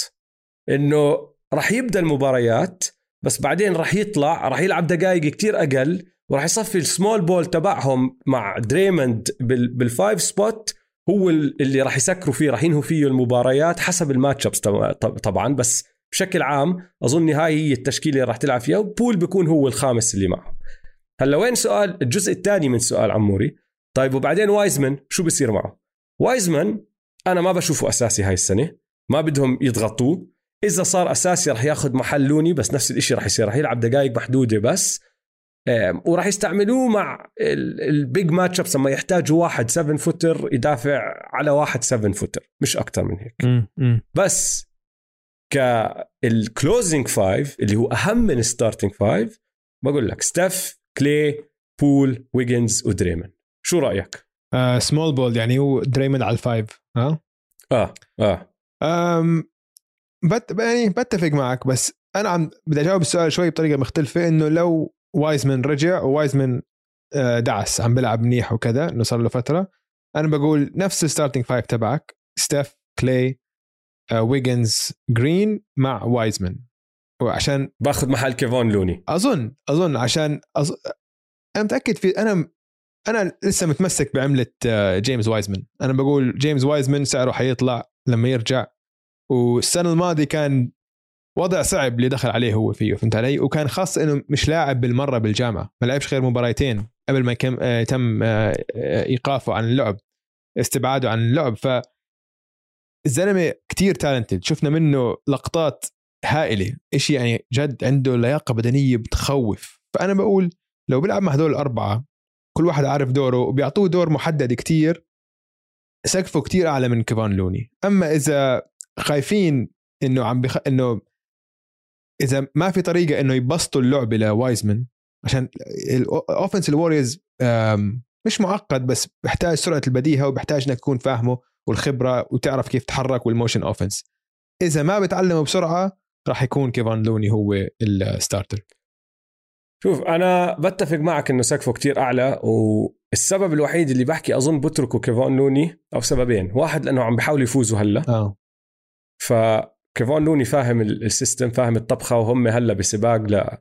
إنه راح يبدأ المباريات بس بعدين راح يطلع، راح يلعب دقائق كتير أقل، وراح يصفي السمول بول تبعهم مع دريموند بالفايف سبوت، هو اللي راح يسكروا فيه، راح ينهوا فيه المباريات حسب الماتش ابس طبعا. بس بشكل عام أظن هاي هي التشكيلة اللي راح تلعب فيها، وبول بيكون هو الخامس اللي معهم. هلا وين سؤال الجزء الثاني من سؤال عموري؟ طيب وبعدين وايزمان شو بيصير معه؟ وايزمان أنا ما بشوفه أساسي هاي السنة، ما بدهم يضغطوه. إذا صار أساسي راح ياخد محل لوني، بس نفس الإشي راح يصير، راح يلعب دقائق محدودة بس، وراح يستعملوه مع البيج ماتش ابس لما يحتاجوا واحد سفن فوتر يدافع على واحد سفن فوتر، مش أكتر من هيك. م- م. بس كالكلوزنج فايف اللي هو أهم من الستارتنج فايف، بقول لك ستيف، كلي، بول، ويجنز ودريمن. شو رأيك؟ سمول uh, بول يعني هو دريمن على الفايف. ها اه اه um, بت يعني بتفق معك، بس انا عم بدي اجاوب السؤال شوي بطريقه مختلفه. انه لو وايزمان رجع ووايزمان دعس عم بلعب منيح وكذا، انه صار له فتره، انا بقول نفس الستارتنج فايف تبعك: ستيف، كلي، ويجنز، جرين مع وايزمان. وعشان باخذ محل كيفون لوني اظن اظن عشان أظ... انا متاكد في انا انا لسه متمسك بعمله جيمس وايزمان. انا بقول جيمس وايزمان سعره حيطلع لما يرجع، والسنه الماضيه كان وضع صعب اللي دخل عليه هو فيه، فهمت علي؟ وكان خاص انه مش لاعب بالمره بالجامعه، ما لعبش غير مباراتين قبل ما كم تم ايقافه عن اللعب، استبعاده عن اللعب. ف الزلمه كتير تالنتد، شفنا منه لقطات هائله، إشي يعني جد عنده لياقه بدنيه بتخوف. فانا بقول لو بيلعب مع هدول الاربعه كل واحد عارف دوره وبيعطوه دور محدد كتير، سقفه كتير اعلى من كيفان لوني. اما اذا خايفين انه عم بخ... انه اذا ما في طريقه انه يبسطوا اللعبه لوايزمان، عشان الاوفنس الواريورز مش معقد، بس بيحتاج سرعه البديهه وبيحتاج انك تكون فاهمه والخبره وتعرف كيف تحرك والموشن اوفنس. اذا ما بتعلمه بسرعه راح يكون كيفان لوني هو الستارتر. شوف انا بتفق معك انه سقفه كتير اعلى، والسبب الوحيد اللي بحكي اظن بتركوا كيفان لوني او سببين: واحد لانه عم بيحاولوا يفوزوا هلا اه فكيفان لوني فاهم السيستم، فاهم الطبخه، وهم هلا بسباق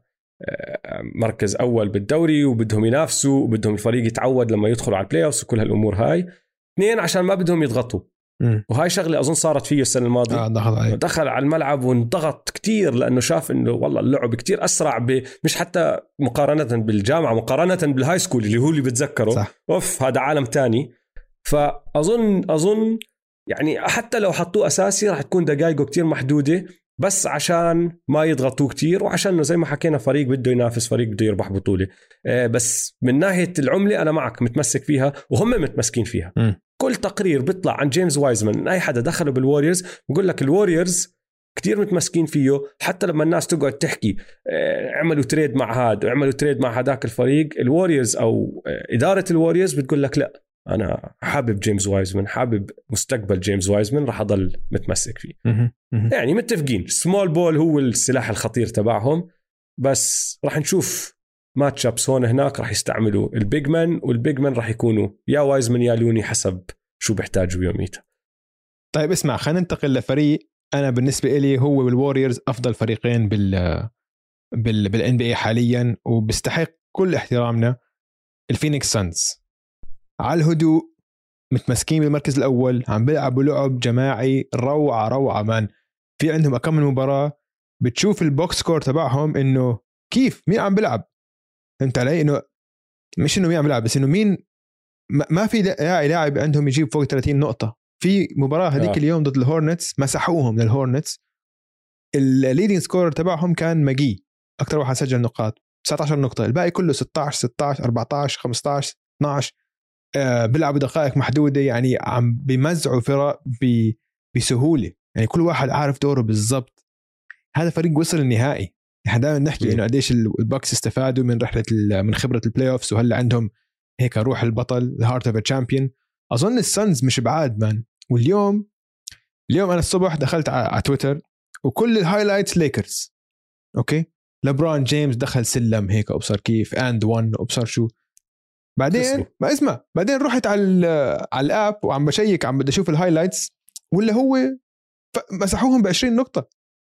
لمركز اول بالدوري وبدهم ينافسوا وبدهم الفريق يتعود لما يدخلوا على البلاي اوفز وكل هالامور هاي. اثنين عشان ما بدهم يضغطوا، م. وهاي شغله اظن صارت فيه السنه الماضيه. آه دخل, عليه. دخل على الملعب وانضغط كتير لانه شاف انه والله اللعب كتير اسرع ب... مش حتى مقارنه بالجامعه، مقارنه بالهاي سكول اللي هو اللي بتذكره صح. اوف هذا عالم تاني. فاظن اظن يعني حتى لو حطوه اساسي راح تكون دقائقه كتير محدوده، بس عشان ما يضغطوه كتير، وعشان زي ما حكينا فريق بده ينافس، فريق بده يربح بطوله. بس من ناحيه العمله انا معك متمسك فيها وهم متمسكين فيها. م. كل تقرير بيطلع عن جيمس وايزمان، اي حدا دخله بالواريورز بقول لك الواريورز كتير متمسكين فيه. حتى لما الناس تقعد تحكي عملوا تريد مع هاد وعملوا تريد مع هداك الفريق، الواريورز أو إدارة الواريورز بتقول لك لا، أنا حابب جيمس وايزمان، حابب مستقبل جيمس وايزمان، رح أضل متمسك فيه. يعني متفقين سمول بول هو السلاح الخطير تبعهم، بس رح نشوف ماتش ابس هون هناك رح يستعملوا البيج مان، والبيج مان رح يكونوا يا وايزمان يا لوني حسب شو بيحتاجوا يوميتها. طيب اسمع، خلينا ننتقل لفريق أنا بالنسبة إلي هو والواريورز أفضل فريقين بال بال بالإن بي إيه حاليا، وبيستحق كل احترامنا. الفينيكس سانز على الهدوء، متمسكين بالمركز الأول، عم بيلعبوا لعب جماعي روعة روعة مان. في عندهم أكم من مباراة بتشوف البوكس سكور تبعهم إنه كيف مين عم بيلعب، فهمت علي؟ إنه مش إنه مين عم بيلعب، بس إنه مين ما في لاعب عندهم يجيب فوق ثلاثين نقطة. في مباراة هذيك آه. اليوم ضد الهورنتس مسحوهم للهورنتس، الليدين سكور تبعهم كان ماجي أكتر واحد سجل نقاط تسعة عشر نقطة، الباقي كله ستة عشر ستة عشر أربعة عشر خمسة عشر اثنا عشر. آه بيلعبوا دقائق محدودة، يعني عم بيمزعوا فرق بسهولة، يعني كل واحد عارف دوره بالضبط. هذا فريق وصل النهائي. احنا دائما نحكي انه قديش الباكس استفادوا من رحلة من خبرة البلاي اوفز، وهلا عندهم هيك روح البطل، الهارت اوف تشامبيون. اظن السانز مش بعاد مان. واليوم اليوم انا الصبح دخلت على تويتر وكل الهايلايتس ليكرز، اوكي، لبران جيمس دخل سلم هيك وابصر كيف اند وان وابصر شو. بعدين ما اسمع، بعدين رحت على على الاب وعم بشيك، عم بدي اشوف الهايلايتس، ولا هو مسحوهم بعشرين نقطة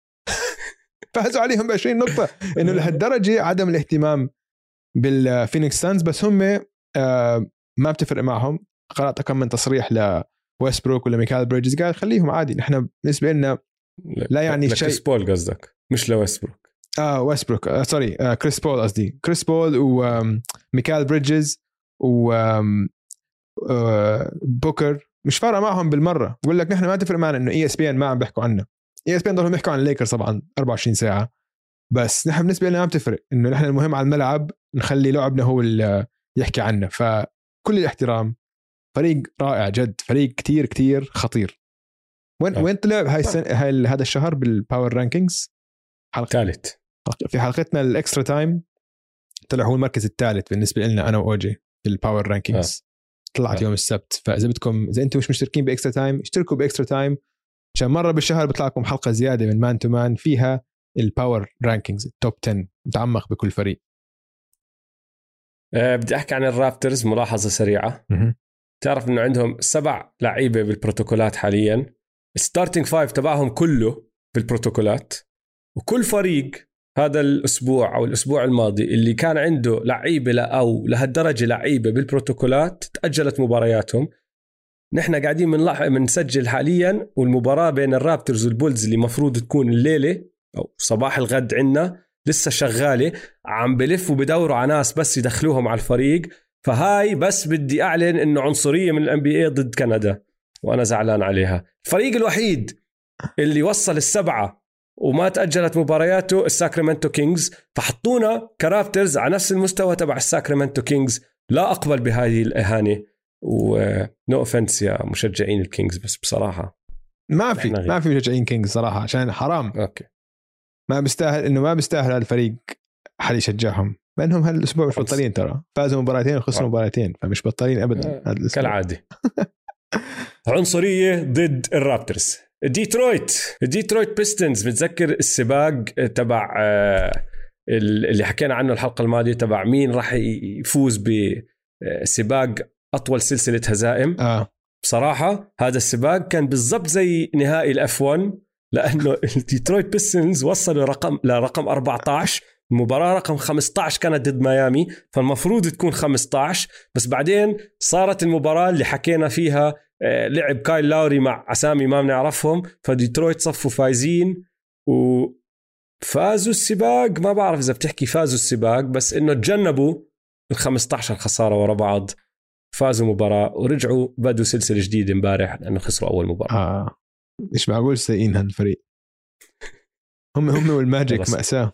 فازوا عليهم بعشرين نقطة. انه لهالدرجة عدم الاهتمام بالفينيكس سانز. بس هم آه ما بتفرق معهم. قرأت كم من تصريح لويستبروك ولا ميكال بريدجز، قال خليهم عادي، نحن بالنسبة لنا لا يعني شيء. كريس بول قصدك مش لويستبروك؟ اه ويستبروك آه سوري آه كريس بول قصدي، كريس بول وميكال بريدجز و آه بوكر مش فارقة معهم بالمرة. بقول لك نحن ما تفرق معنا انه اي اس بي ان ما عم بيحكوا عنه. اي اس بي ان ضلهم يحكوا عن الليكرز طبعا أربعة وعشرين ساعة، بس نحن بالنسبة لنا ما بتفرق، انه نحن المهم على الملعب نخلي لعبنا هو اللي يحكي عنه. فكل الاحترام، فريق رائع جد، فريق كتير كتير خطير. وين أه. وين طلع هاي السنة هاي هذا الشهر بالباور رانكينجز؟ حلقة ثالث في حلقتنا الاكسترا تايم، طلع هو المركز الثالث بالنسبة لنا أنا وأوجي بالباور رانكينجز. أه. طلعت أه. يوم السبت. فإذا بدكم، إذا أنتم مش مشتركين بإكسترا تايم، اشتركوا بإكسترا تايم عشان مرة بالشهر بيطلع لكم حلقة زيادة من مان تو مان فيها الباور رانكينجز التوب عشرة، متعمق بكل فريق. أه بدي أحكي عن الرابترز ملاحظة سريعة. م- تعرف إنه عندهم سبع لعيبة بالبروتوكولات حاليا، الستارتينج فايف تبعهم كله بالبروتوكولات، وكل فريق هذا الأسبوع أو الأسبوع الماضي اللي كان عنده لعيبة لا أو لهالدرجة لعيبة بالبروتوكولات تأجلت مبارياتهم. نحن قاعدين من منسجل حاليا، والمباراة بين الرابترز والبولز اللي مفروض تكون الليلة أو صباح الغد عنا لسه شغالة، عم بلفوا بدوروا على ناس بس يدخلوهم على الفريق. فهاي بس بدي أعلن إنه عنصرية من الان بي اي ضد كندا، وأنا زعلان عليها. الفريق الوحيد اللي وصل السبعة وما تأجلت مبارياته الساكرامنتو كينجز، فحطونا كرابترز على نفس المستوى تبع الساكرامنتو كينجز. لا أقبل بهذه الإهانة، ونو أوفنس يا مشجعين الكينجز، بس بصراحة ما في ما في مشجعين كينجز صراحة، عشان حرام. أوكي. ما بيستاهل، إنه ما بيستاهل هذا الفريق حد يشجعهم، لأنهم هالأسبوع مش بطلين، ترى فازوا مباراتين وخسروا مباراتين، فمش بطلين أبدا هذا الأسبوع كالعادة. عنصرية ضد الرابترز. ديترويت ديترويت بيستنز، متذكر السباق تبع اللي حكينا عنه الحلقة الماضية تبع مين راح يفوز بسباق أطول سلسلة هزائم؟ آه. بصراحة هذا السباق كان بالضبط زي نهائي الأف واحد، لأنه الديترويت بيستنز وصلوا رقم لرقم أربعة عشر، المباراة رقم خمسة عشر كانت ضد ميامي، فالمفروض تكون خمسة عشر، بس بعدين صارت المباراة اللي حكينا فيها لعب كايل لاوري مع أسامي ما بنعرفهم، فديترويت صفوا فايزين وفازوا السباق. ما بعرف إذا بتحكي فازوا السباق، بس إنه تجنبوا الخمسة عشر خسارة ورا بعض، فازوا مباراة ورجعوا بدوا سلسلة جديدة امبارح لأنه خسروا أول مباراة. آه. مش معقول سيئين هالفريق. هم هم والماجيك مأساة.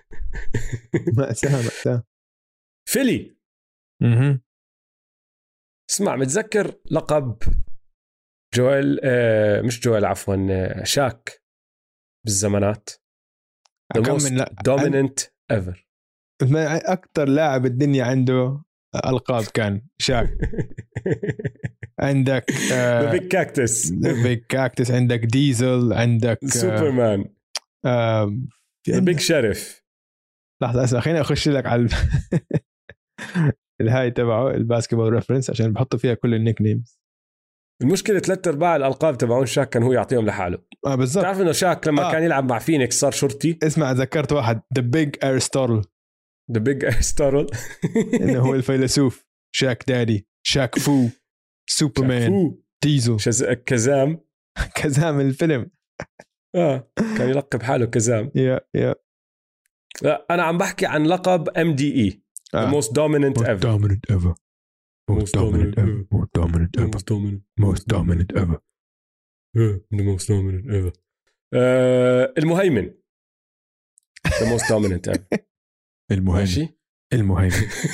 مأساة مأساة. فيلي. اها اسمع، متذكر لقب جويل آه مش جويل عفوا آه شاك بالزمانات. the كم most من لا dominant ever. أكتر لاعب الدنيا عنده ألقاب كان شاك. عندك the big cactus the big cactus عندك ديزل عندك سوبرمان uh, the big sheriff. لحظة أسمع خليني أخش لك على الهاي تبعه الباسكتبول ريفرنس عشان بحطوا فيها كل النيك نيمز. المشكلة ثلاث أرباع الألقاب تبعون شاك كان هو يعطيهم لحاله. آه بالضبط. تعرف إنه شاك لما آه. كان يلعب مع فينيكس صار شرطي. اسمع ذكرت واحد the big Aristotle the big Aristotle إنه هو الفيلسوف. شاك دادي شاك فو سوبرمان ديزل شز... كزام كزام الفيلم. آه كان يلقب حاله كزام. يا يا لا أنا عم بحكي عن لقب إم دي إي the most dominant ever. dominant ever most dominant ever most dominant ever most dominant most dominant ever the most dominant ever. uh, المهيمن the most dominant ever. المهيمن المهيمن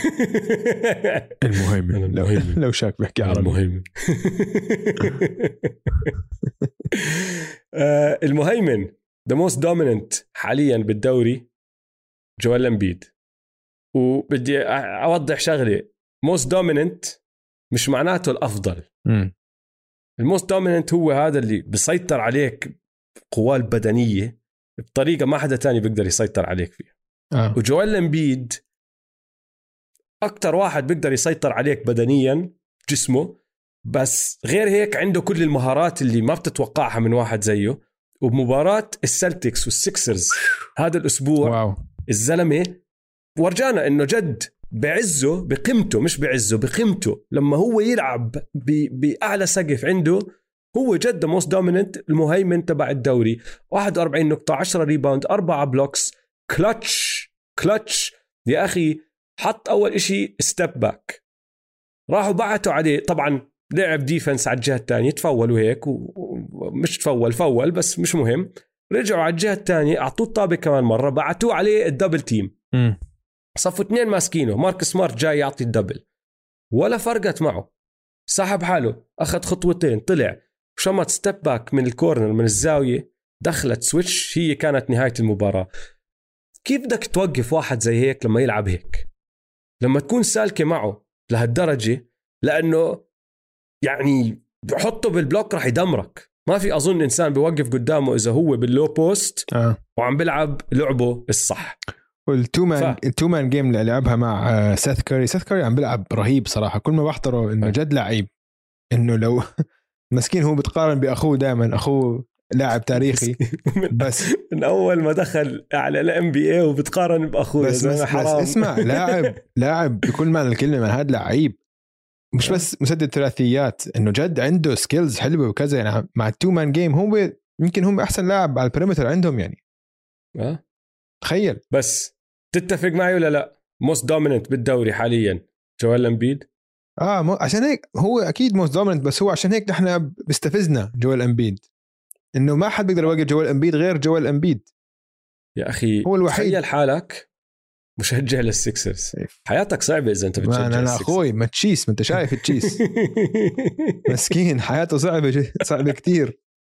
المهيمن لو لو شاك بحكي عربي المهيمن. uh, المهيمن the most dominant حاليا بالدوري جويل امبيد. وبدي أوضح شغلة most dominant مش معناته الأفضل. الموست دوميننت هو هذا اللي بيسيطر عليك قواه البدنية بطريقة ما حدا تاني بيقدر يسيطر عليك فيها. آه. وجويل امبيد أكتر واحد بيقدر يسيطر عليك بدنيا جسمه، بس غير هيك عنده كل المهارات اللي ما بتتوقعها من واحد زيه. وبمباراة السلتكس والسيكسرز هذا الأسبوع واو. الزلمة ورجانا إنه جد بعزه بقيمته، مش بعزه بقيمته، لما هو يلعب بأعلى سقف عنده هو جد موست دوميننت المهيمن تبع الدوري. واحد وأربعين نقطة عشرة ريباوند أربعة بلوكس كلتش كلتش يا أخي. حط أول إشي ستيب باك، راحوا بعتوا عليه طبعا لعب ديفنس على الجهة الثانية تفول وهيك ومش تفول فول بس مش مهم. رجعوا على الجهة الثانية أعطوه الطابة كمان مرة، بعتوه عليه الدبل تيم م. صفوا اثنين ماسكينه، مارك سمارت جاي يعطي الدبل ولا فرقت معه، سحب حاله أخذ خطوتين طلع شمت ستيب باك من الكورنر من الزاوية دخلت سويتش، هي كانت نهاية المباراة. كيف بدك توقف واحد زي هيك لما يلعب هيك لما تكون سالكة معه لهالدرجة؟ لأنه يعني بحطه بالبلوك رح يدمرك. ما في أظن إنسان بيوقف قدامه إذا هو باللو بوست آه. وعم بلعب لعبه الصح. والتو مان ف... التو مان جيم اللي لعبها مع سيث كاري سيث كاري عم بلعب رهيب صراحة. كل ما بحضره إنه جد لعيب، إنه لو مسكين هو بتقارن بأخوه دائما، أخوه لاعب تاريخي بس من أول ما دخل على ال إن بي إيه وبتقارن بأخوه بس, بس, بس اسمع لاعب لاعب بكل معنى الكلمة، هذا لعيب مش بس مسدد ثلاثيات، إنه جد عنده سكيلز حلوة وكذا. يعني مع التو مان جيم هو يمكن هم أحسن لاعب على البريمتر عندهم يعني. أه؟ تخيل. بس تتفق معي ولا لا موست دوميننت بالدوري حاليا جويل امبيد؟ اه مو عشان هيك هو اكيد موست دوميننت، بس هو عشان هيك نحن بيستفزنا جويل امبيد، انه ما حد بيقدر يواجه جويل امبيد غير جويل امبيد يا اخي. هو الوحيد. تخيل حالك مشجع للسيكسرز، حياتك صعبة اذا انت بتشجع السيكسرز. انا اخوي ما تشيس، ما انت شايف تشيس مسكين حياته صعبة صعبة كتير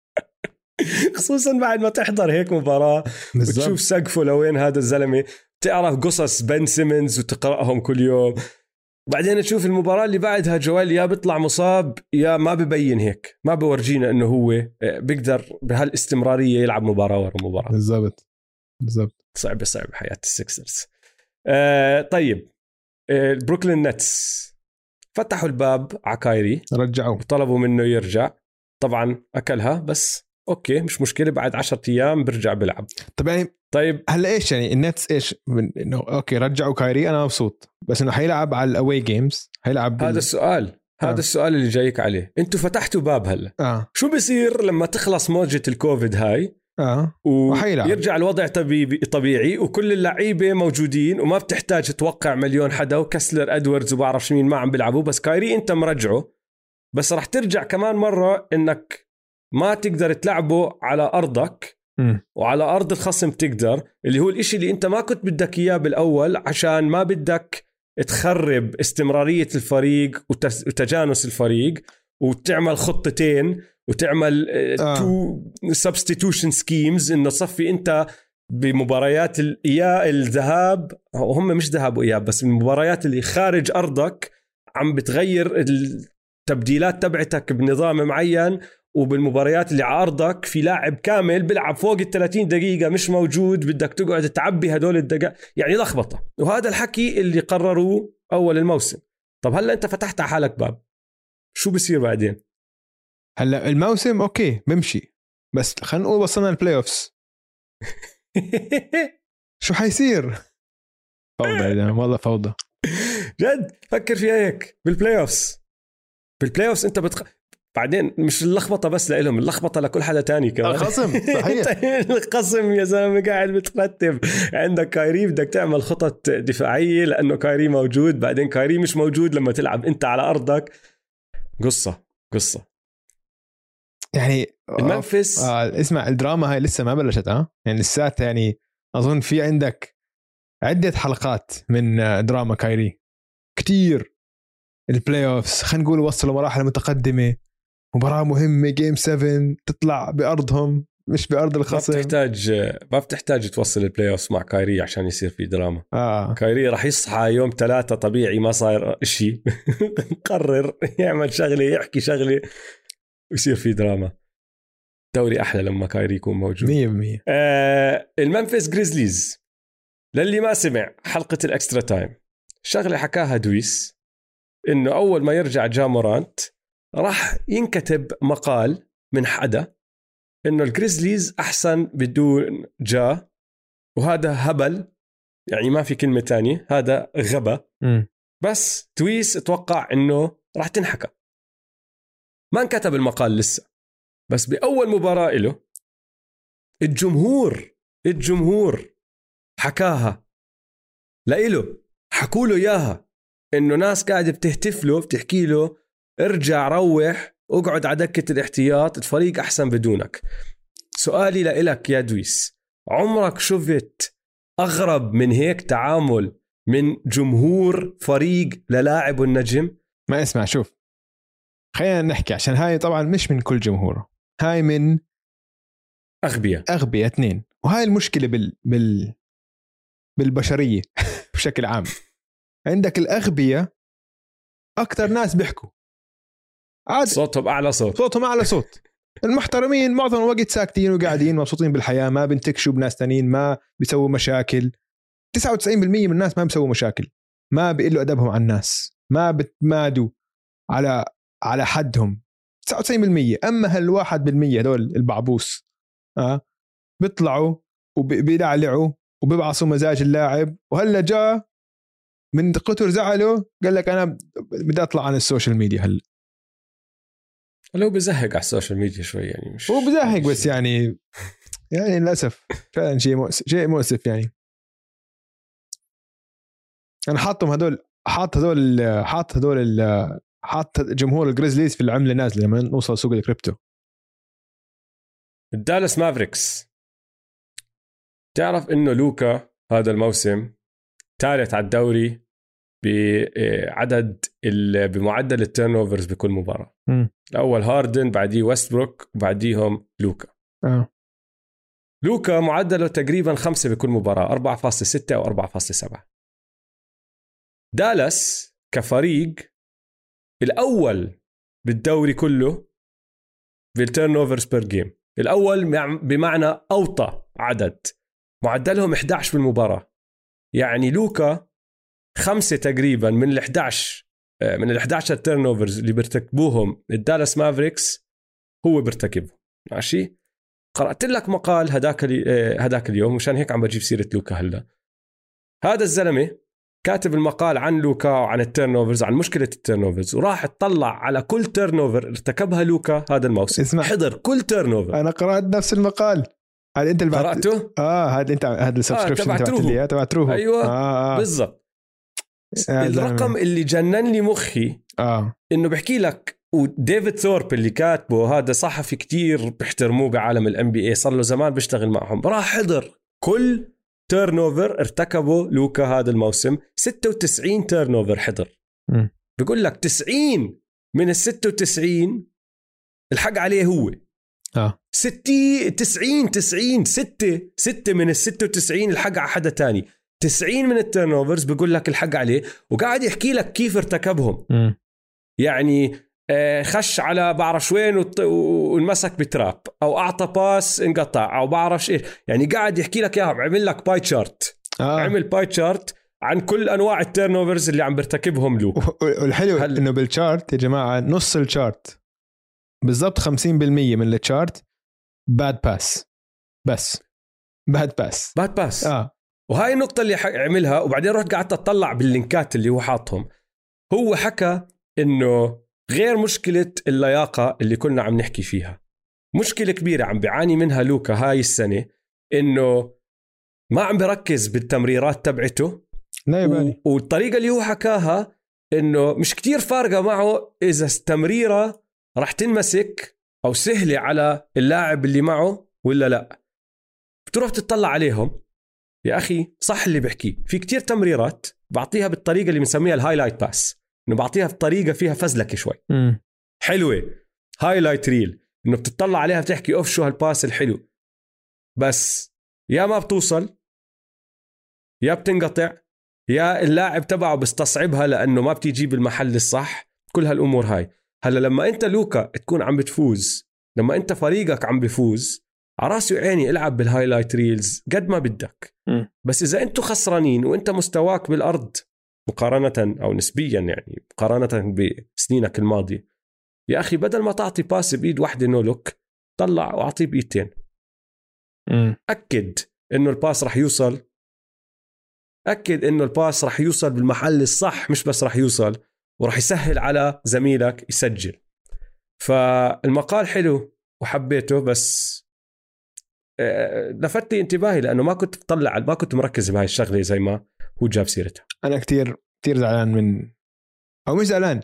خصوصا بعد ما تحضر هيك مباراة بالزبط. وتشوف سقفه لوين هذا الزلمة، تعرف قصص بن سيمنز وتقرأهم كل يوم، بعدين تشوف المباراة اللي بعدها جوال يا بيطلع مصاب يا ما ببين هيك، ما بورجينا انه هو بيقدر بهالاستمرارية يلعب مباراة ورا مباراة. بالضبط بالضبط. صعبة صعبة حياة السيكسرز. آه طيب آه بروكلين نتس فتحوا الباب على كايري، رجعوه وطلبوا منه يرجع، طبعا أكلها بس أوكي مش مشكلة، بعد عشرة أيام برجع بلعب. طب يعني طيب هلا إيش يعني النتس إيش إنه أوكي رجعوا كايري أنا مبسوط، بس إنه حيلعب على الأواي جيمز هيلعب بال... هذا السؤال هذا آه. السؤال اللي جايك عليه. أنتوا فتحتوا باب هلا آه. شو بيصير لما تخلص موجة الكوفيد هاي آه. ويرجع الوضع طبيعي طبيعي وكل اللعيبة موجودين وما بتحتاج تتوقع مليون حدا وكسلر أدواردز وبعرفش مين ما عم بيلعبوا، بس كايري أنت مرجعه، بس رح ترجع كمان مرة إنك ما تقدر تلعبه على أرضك م. وعلى أرض الخصم تقدر، اللي هو الإشي اللي أنت ما كنت بدك إياه بالأول عشان ما بدك تخرب استمرارية الفريق وتجانس الفريق. وتعمل خطتين وتعمل تو سبستيتوشن سكيمز انه صفي انت بمباريات الاياب الذهاب هم مش ذهاب واياب بس المباريات اللي خارج ارضك عم بتغير التبديلات تبعتك بنظام معين، وبالمباريات اللي على ارضك في لاعب كامل بيلعب فوق ال ثلاثين دقيقه مش موجود، بدك تقعد تعبي هدول الدقائق، يعني لخبطه. وهذا الحكي اللي قرروه اول الموسم. طب هلا انت فتحت على حالك باب، شو بصير بعدين؟ هلا الموسم اوكي بمشي، بس خلينا نقول وصلنا البلاي اوفس شو حيصير؟ فوضى يا والله فوضى جد. فكر فيها هيك بالبلاي اوفس، بالبلاي اوفس انت بتخ... بعدين مش اللخبطه بس لهم، اللخبطه لكل حدا تاني كمان. الخصم صحيح القسم يا زلمه قاعد بترتب عندك كايري، بدك تعمل خطط دفاعيه لانه كايري موجود، بعدين كايري مش موجود لما تلعب انت على ارضك. قصه قصه يعني المنفس. آه اسمع الدراما هاي لسه ما بلشت اه يعني لساتها، يعني اظن في عندك عده حلقات من دراما كايري كتير. البلاي اوفس خلينا نقول وصلوا مراحل متقدمه، مباراه مهمه جيم سبعة تطلع بارضهم مش بارض الخصم. ما بتحتاج ما بتحتاج توصل البلاي اوفس مع كايري عشان يصير في دراما. آه. كايري راح يصحى يوم ثلاثة طبيعي ما صاير إشي قرر يعمل شغله يحكي شغله ويصير في دراما. دوري أحلى لما كايري يكون موجود. مية بالمية. آه المنفس جريزليز، للي ما سمع حلقة الأكسترا تايم، شغلة حكاها دويس إنه أول ما يرجع جا مورانت راح ينكتب مقال من حدا إنه الجريزليز أحسن بدون جا، وهذا هبل، يعني ما في كلمة تانية، هذا غبا. م. بس تويس اتوقع إنه راح تنحكى، ما انكتب المقال لسه، بس بأول مباراة له الجمهور الجمهور حكاها لإله، حكوا له إياها إنه ناس قاعدة بتهتف له بتحكي له ارجع روح اقعد على دكة الاحتياط، الفريق أحسن بدونك. سؤالي لإلك يا دويس، عمرك شفت أغرب من هيك تعامل من جمهور فريق للاعب النجم؟ ما اسمع شوف خلينا نحكي، عشان هاي طبعا مش من كل جمهور، هاي من أغبياء أغبياء اثنين، وهاي المشكلة بال بال بالبشرية بشكل عام. عندك الأغبياء أكتر ناس بيحكوا عاد، صوتهم أعلى صوت صوتهم أعلى صوت. المحترمين معظم الوقت ساكتين وقاعدين مبسوطين بالحياة، ما بنتكشوا بناس تانين، ما بيسووا مشاكل. تسعة وتسعين بالمية من الناس ما بيسووا مشاكل، ما بيقلوا أدبهم على الناس، ما بتمادوا على على حدهم تسعة وتسعين بالمية. أما هالواحد بالمية هدول البعبوس آه بيطلعوا وبيدعلعوا وبيبعصوا مزاج اللاعب، وهلا جاء من قطر زعله قال لك أنا بدي أطلع عن السوشيال ميديا. هلا لو بزهق على السوشيال ميديا شوي، يعني مش هو بزهق بس يعني يعني للأسف فعلا شيء مؤسف، شيء مؤسف. يعني أنا حاطهم هدول، حاط هدول حاط هدول حاط جمهور الجريزليز في العملة نازلة لما نوصل سوق الكريبتو. الدالاس مافريكس، تعرف إنه لوكا هذا الموسم ثالث على الدوري بعدد بمعدل التيرن اوفرز بكل مباراة. م. الأول هاردن، بعديه ويستبروك، وبعديهم لوكا. أه. لوكا معدله تقريبا خمسة بكل مباراة، أربعة فاصلة ستة أو أربعة فاصلة سبعة. دالاس كفريق الأول بالدوري كله بالتيرن اوفرز بير جيم، الأول بمعنى أوطى عدد، معدلهم إحدى عشر بالمباراة. يعني لوكا خمسة تقريبا من ال إحدى عشر من ال إحدى عشر تيرن اوفرز اللي بيرتكبوهم الدالاس مافريكس هو بيرتكبهم. ماشي، قرأت لك مقال هداك هداك اليوم، مشان هيك عم بجيب سيرة لوكا. هلا هذا الزلمة كاتب المقال عن لوكا وعن التيرن اوفرز، عن مشكلة التيرن اوفرز، وراح اطلع على كل تيرن اوفر ارتكبها لوكا هذا الموسم. اسمع. حضر كل تيرن اوفر. انا قرأت نفس المقال. هذا انت اللي قرأته؟ اه هذا انت هذا السبسكريبشن آه تبعت لي تبعت روحه. ايوه آه آه. بالضبط. الرقم اللي جنن لي مخي اه انه بحكي لك، وديفيد ثورب اللي كاتبه هذا صحفي كتير بيحترموه بعالم الام بي اي، صار له زمان بيشتغل معهم، راح حضر كل تيرن اوفر ارتكبه لوكا هذا الموسم. ستة وتسعين تيرن اوفر حضر. م. بيقول لك تسعين من الستة وتسعين الحق عليه هو اه ستة تسعين تسعين ستة ستة من الستة وتسعين الحق على حدا تاني. تسعين من التيرن اوفرز بيقول لك الحق عليه، وقاعد يحكي لك كيف ارتكبهم. م. يعني خش على بعرف وين وانمسك بتراب، او اعطى باس انقطع، او بعرفش ايش. يعني قاعد يحكي لك اياها، عمل لك باي تشارت. آه. عمل باي تشارت عن كل انواع التيرن اوفرز اللي عم بيرتكبهم لوك. والحلو هل... انه بالشارت يا جماعه نص الشارت بالضبط خمسين بالمية من الشارت باد باس، بس باد باس باد باس اه وهاي النقطة اللي عملها. وبعدين رحت قعدت أطلع باللينكات اللي هو حاطهم. هو حكى إنه غير مشكلة اللياقة اللي كنا عم نحكي فيها، مشكلة كبيرة عم بيعاني منها لوكا هاي السنة، إنه ما عم بركز بالتمريرات تبعته. لا يبالي. و... والطريقة اللي هو حكاها إنه مش كتير فارقة معه إذا التمريرة رح تنمسك أو سهلة على اللاعب اللي معه ولا لا. بتروح تطلع عليهم يا أخي، صح اللي بحكيه، في كتير تمريرات بعطيها بالطريقة اللي بنسميها الهايلايت باس، إنه بعطيها بطريقة فيها فزلكة شوي م. حلوة، هايلايت ريل، إنه بتطلع عليها بتحكي أوف شو هالباس الحلو، بس يا ما بتوصل، يا بتنقطع، يا اللاعب تبعه بستصعبها لأنه ما بتيجي بالمحل الصح. كل هالأمور هاي. هلا لما أنت لوكا تكون عم بتفوز، لما أنت فريقك عم بفوز، عراسي وعيني العب بالهايلايت ريلز قد ما بدك. م. بس إذا أنتوا خسرانين وأنت مستواك بالأرض مقارنة أو نسبيا، يعني مقارنة بسنينك الماضية، يا أخي بدل ما تعطي باس بإيد واحدة نو لوك، طلع وأعطيه بإيدتين. م. أكد إنه الباس رح يوصل، أكد إنه الباس رح يوصل بالمحل الصح، مش بس رح يوصل ورح يسهل على زميلك يسجل. فالمقال حلو وحبيته، بس لفتي انتباهي لأنه ما كنت بطلع، ما كنت مركز بهاي الشغلة زي ما هو جاب سيرتها. أنا كتير كتير زعلان من، أو مش زعلان،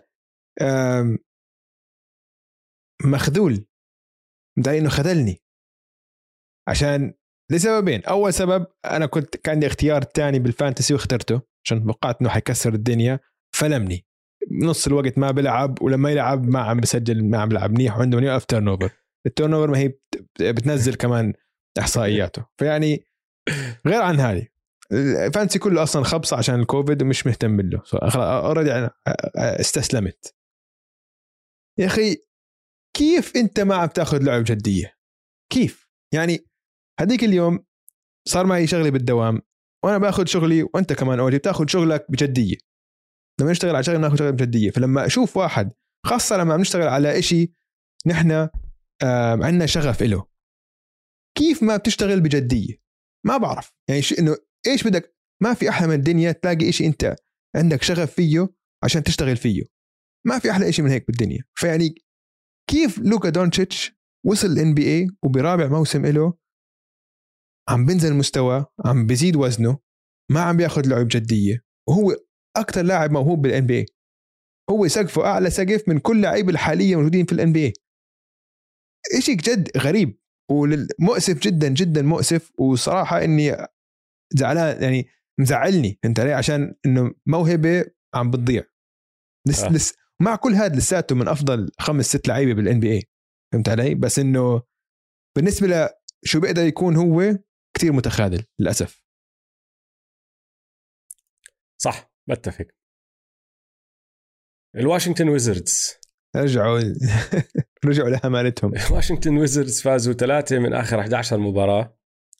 مخذول، مدعي إنه خذلني عشان لسببين. أول سبب أنا كنت كان عندي اختيار تاني بالفانتسي واخترته عشان توقعت إنه حيكسر الدنيا، فلمني نص الوقت ما بلعب، ولما يلعب ما عم بسجل، ما عم بلعب منيح، وعنده منيح في تيرن اوفر. التيرن اوفر ما هي بتنزل كمان إحصائياته. فيعني غير عن هذه الفانتسي كله أصلا خبصة عشان الكوفيد ومش مهتم له، أوريدي استسلمت. يا أخي كيف أنت ما عم تأخذ لعب جدية؟ كيف يعني؟ هديك اليوم صار معي شغلي بالدوام، وأنا بأخذ شغلي وأنت كمان أولي بتأخذ شغلك بجدية. لما نشتغل على شغل ناخذ شغل بجدية. فلما أشوف واحد، خاصة لما نشتغل على إشي نحن عندنا شغف إله، كيف ما بتشتغل بجدية؟ ما بعرف يعني شو إنه إيش بدك. ما في أحلى من الدنيا تلاقي إشي أنت عندك شغف فيه عشان تشتغل فيه. ما في أحلى إشي من هيك بالدنيا. فيعني كيف لوكا دونتشيتش وصل الان بي اي وبرابع موسم له عم بنزل مستوى، عم بيزيد وزنه، ما عم بياخد لعب جدية، وهو أكتر لاعب موهوب بالان بي اي. هو سقفه أعلى سقف من كل لاعب الحالية موجودين في الان بي اي. إشي جد غريب ومؤسف جدا جدا مؤسف. وصراحة إني زعلان، يعني مزعلني انت ليه، عشان إنه موهبة عم بتضيع. لس آه. لس مع كل هذا لساته من أفضل خمس ست لعيبة بالان بي اي، فهمت علي؟ بس إنه بالنسبة له شو بيقدر يكون هو كتير متخاذل للأسف. صح، بتفق. الواشنطن ويزردز رجعوا رجعوا لهمالتهم. الواشنطن ويزردز فازوا ثلاثة من آخر إحدى عشرة مباراة.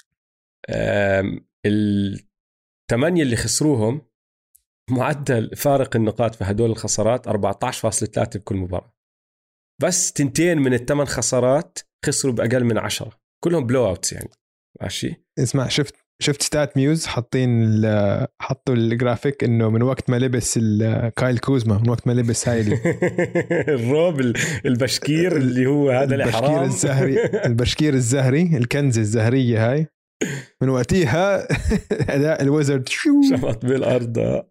الثمانية اللي خسروهم معدل فارق النقاط في هدول الخسارات أربعة عشر فاصلة ثلاثة بكل مباراة. بس تنتين من الثمان خسارات خسروا بأقل من عشرة، كلهم بلو اوتس يعني. ماشي، اسمع، شفت شفت ستات ميوز حاطين حطوا الجرافيك انه من وقت ما لبس كايل كوزما، من وقت ما لبس هاي الروب البشكير اللي هو هذا البشكير الزهري البشكير الزهري الكنز الزهرية هاي، من وقتها اداء الويزرد شمط بالارض.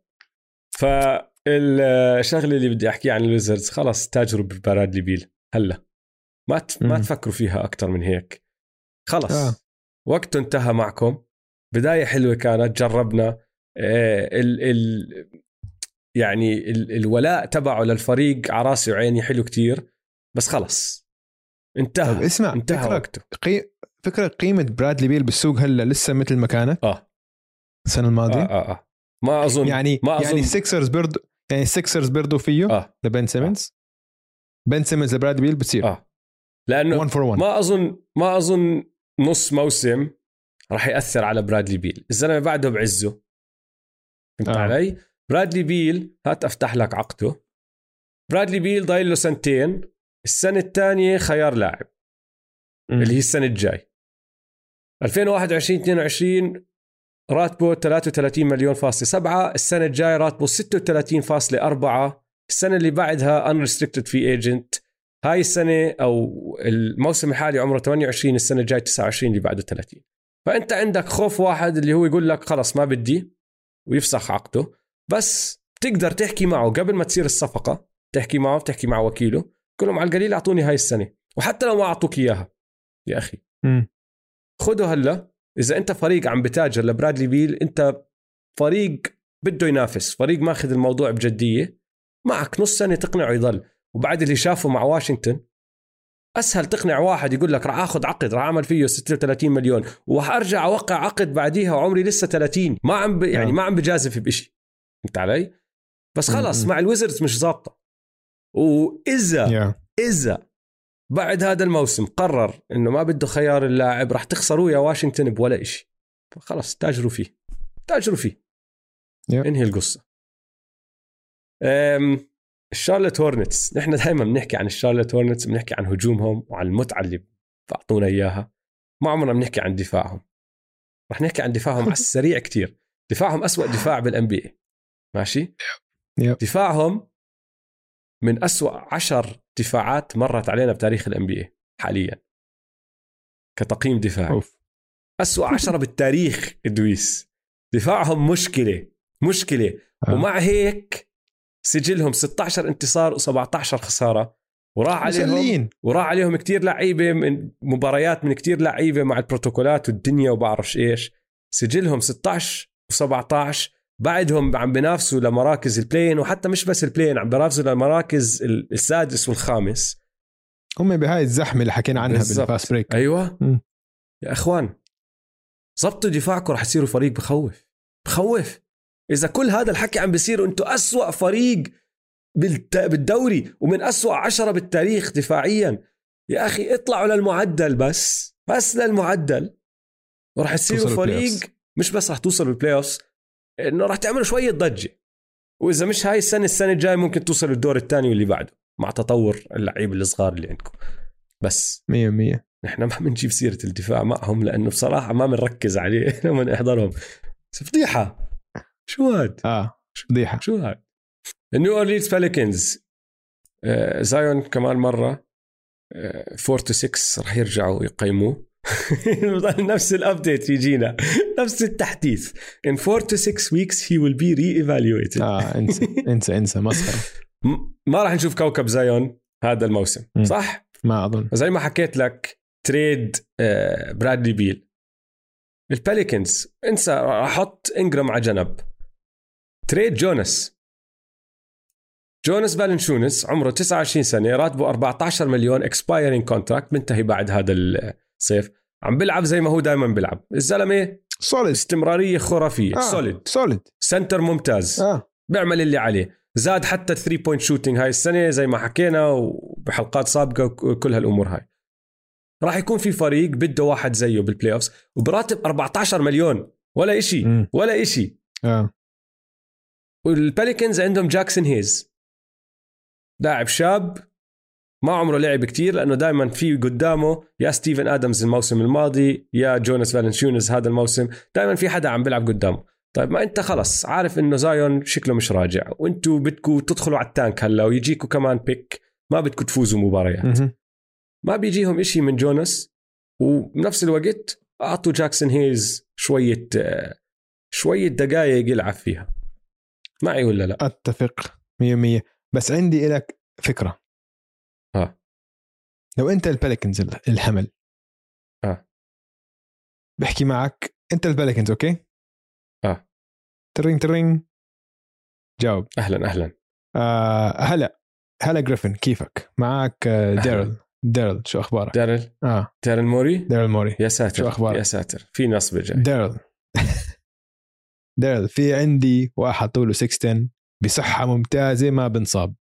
فالشغله اللي بدي احكي عن الويزردز، خلص تاجروا ببرادلي بيل. هلا ما ت... ما تفكروا فيها اكتر من هيك. خلص آه. وقته انتهى معكم. بداية حلوة كانت، جربنا ال ال يعني ال- الولاء تبعه للفريق على راسي وعيني حلو كتير، بس خلص انتهى. طب اسمع، انتهى فكرة وقته. قي... فكرة قيمة برادلي بيل بالسوق هلا لسه مثل ما كانت اه السنة الماضية. آه آه آه. ما أظن يعني ما أظن يعني السكسرز برضو يعني السكسرز برضو فيه آه. لبن سيمنز آه. بن سيمنز لبرادلي بيل بتصير آه. لأنه one for one. ما أظن ما أظن نص موسم راح يأثر على برادلي بيل. الزلمة بعده بعزه، فهمت آه. علي؟ برادلي بيل هات أفتح لك عقده. برادلي بيل ضايل له سنتين، السنة الثانية خيار لاعب م. اللي هي السنة الجاي ألفين وواحد وعشرين اثنين وعشرين راتبه ثلاثة وثلاثين مليون فاصلة سبعة، السنة الجاي راتبه ستة وثلاثين فاصلة أربعة، السنة اللي بعدها unrestricted free agent. هاي السنة أو الموسم الحالي عمره ثمانية وعشرين، السنة الجاي تسعة وعشرين اللي بعده ثلاثين. فأنت عندك خوف واحد اللي هو يقول لك خلص ما بدي ويفسخ عقده، بس تقدر تحكي معه قبل ما تصير الصفقة، تحكي معه تحكي مع وكيله كلهم على القليل أعطوني هاي السنة، وحتى لو ما أعطوك إياها يا أخي م. خده هلا. إذا أنت فريق عم بتاجر لبرادلي بيل، أنت فريق بده ينافس، فريق ماخذ الموضوع بجدية، معك نص سنة تقنعه يضل. وبعد اللي شافه مع واشنطن أسهل تقنع واحد يقول لك راح أخذ عقد راح أعمل فيه ستة وثلاثين مليون وراح أرجع أوقع عقد بعديها وعمري لسه ثلاثين، ما عم ب... يعني ما عم بجازف بإشي، فهمت علي؟ بس خلص مع الويزردز مش ضابطة. وإذا yeah. إذا بعد هذا الموسم قرر إنه ما بده خيار اللاعب، راح تخسروا يا واشنطن بولا إشي، فخلص تاجروا فيه تاجروا فيه yeah. انهي القصة. أم... الشارلوت هورنتس، نحن دائما بنحكي عن الشارلوت هورنتس، بنحكي عن هجومهم وعن المتعة اللي بعطونا إياها، ما عمرنا بنحكي عن دفاعهم. رح نحكي عن دفاعهم على السريع كتير. دفاعهم أسوأ دفاع بالان بي اي، ماشي؟ yep. دفاعهم من أسوأ عشر دفاعات مرت علينا بتاريخ الان بي اي حاليا كتقييم دفاعي. أوف. أسوأ عشرة بالتاريخ إدويس. دفاعهم مشكلة مشكلة آه. ومع هيك سجلهم ستة عشر انتصار وسبعة عشر خسارة، وراح عليهم وراح عليهم كتير لعيبة من مباريات من كتير لعيبة مع البروتوكولات والدنيا وبعرفش إيش. سجلهم ستة عشر وسبعة عشر، بعدهم عم بنافسوا لمراكز البلاين، وحتى مش بس البلاين عم بنافسوا لمراكز السادس والخامس. هم بهاي الزحمة اللي حكينا عنها بالفاست بريك. أيوة م. يا أخوان ضبطوا دفاعكم رح يصيروا فريق بخوف بخوف. إذا كل هذا الحكي عم بيصير وأنتوا أسوأ فريق بالدوري ومن أسوأ عشرة بالتاريخ دفاعيا، يا أخي اطلعوا للمعدل، بس بس للمعدل ورح تصيروا فريق مش بس رح توصلوا البلاي أوفس، إنه رح تعملوا شوية ضجة. وإذا مش هاي السنة السنة الجاي ممكن توصلوا الدور الثاني واللي بعده مع تطور اللعيبة الصغار اللي عندكم. بس مية مية نحن ما بنجيب سيرة الدفاع معهم لأنه بصراحة ما بنركز عليه لما نحضرهم. فضيحة. شو هاد؟ آه فضيحة. شو هاد؟ النيو أورلينز باليكنز آه زايون كمان مرة آه أربعة تو ستة رح يرجعوا يقيموه. نفس الابديت يجينا، نفس التحديث. in four to six weeks he will be re-evaluated. آه انسى انسى انسى مسخرة. ما راح نشوف كوكب زايون هذا الموسم م. صح؟ ما أظن. زي ما حكيت لك تريد آه برادلي بيل الباليكنز، انسى، راح احط انجرام على جنب. تريد جونس جونس بالنشونس عمره تسعة وعشرين سنة، راتبه أربعة عشر مليون، expiring contract منتهي بعد هذا الصيف. عم بلعب زي ما هو دائما بلعب الزلمة، solid. استمرارية خرافية. آه. solid solid سنتر ممتاز. آه. بيعمل اللي عليه، زاد حتى ثري بوينت شوتينج هاي السنة زي ما حكينا وبحلقات سابقة وكل هالأمور هاي. راح يكون في فريق بده واحد زيه بالبلاي أوفس وبراتب أربعة عشر مليون، ولا إشي م. ولا إشي. آه. والباليكنز عندهم جاكسون هيز، لاعب شاب ما عمره لعب كتير لأنه دائما في قدامه يا ستيفن آدمز الموسم الماضي يا جوناس فالنشيونز هذا الموسم، دائما في حدا عم بيلعب قدامه. طيب ما أنت خلص عارف إنه زايون شكله مش راجع، وأنتوا بدكوا تدخلوا على التانك هلا ويجيكوا كمان بيك، ما بدكوا تفوزوا مباريات. م- ما بيجيهم إشي من جوناس، وبنفس الوقت أعطوا جاكسون هيز شوية شوية دقايق يلعب فيها. معي ولا لا؟ أتفق مية مية. بس عندي لك فكرة. ها. لو أنت الباليكنز الحمل ها. بحكي معك أنت الباليكنز أوكي ها. ترين ترين جاوب. اهلا اهلا. آه هلا هلا جريفن، كيفك؟ معك آه ديرل. ديرل شو اخبارك؟ ديرل اه ديرل موري. ديرل موري يا ساتر شو اخبارك؟ يا ساتر في نصب جاي. ديرل ديرل في عندي واحد طوله ستة عشرة بصحة ممتازة ما بنصاب،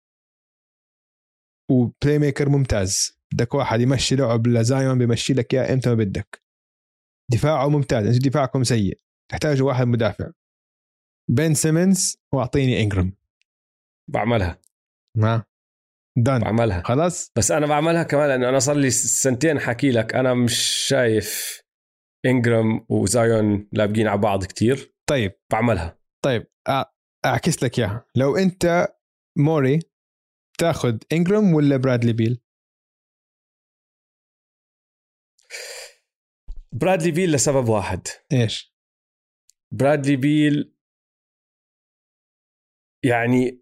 وبلاي ميكر ممتاز. بدك واحد يمشي لعب لزايون بيمشي لك يا امتى ما بدك. دفاعه ممتاز، انتوا دفاعكم سيء، تحتاجوا واحد مدافع. بن سيمنز واعطيني انجرام. بعملها ما دان بعملها خلاص. بس انا بعملها كمان لانه انا صار لي سنتين حكي لك انا مش شايف انجرام وزايون لابقين على بعض كتير. طيب بعملها. طيب اعكس لك اياها. لو انت موري تاخذ انجرام ولا برادلي بيل؟ برادلي بيل لسبب واحد. ايش؟ برادلي بيل يعني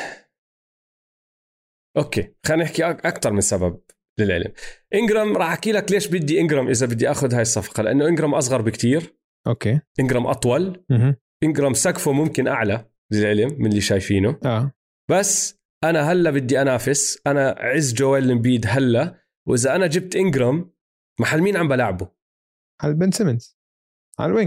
اوكي خلينا نحكي اكثر من سبب للعلم. انجرام راح احكي لك ليش بدي انجرام اذا بدي اخذ هاي الصفقه، لانه انجرام اصغر بكتير. اوكي. انجرام اطول. م-م. انجرام سقفه ممكن اعلى للعلم من اللي شايفينه. اه بس انا هلا بدي انافس، انا عز جويل امبيد هلا، واذا انا جبت انجرام محل مين عم بلعبه؟ على بن سيمنز على الوينج.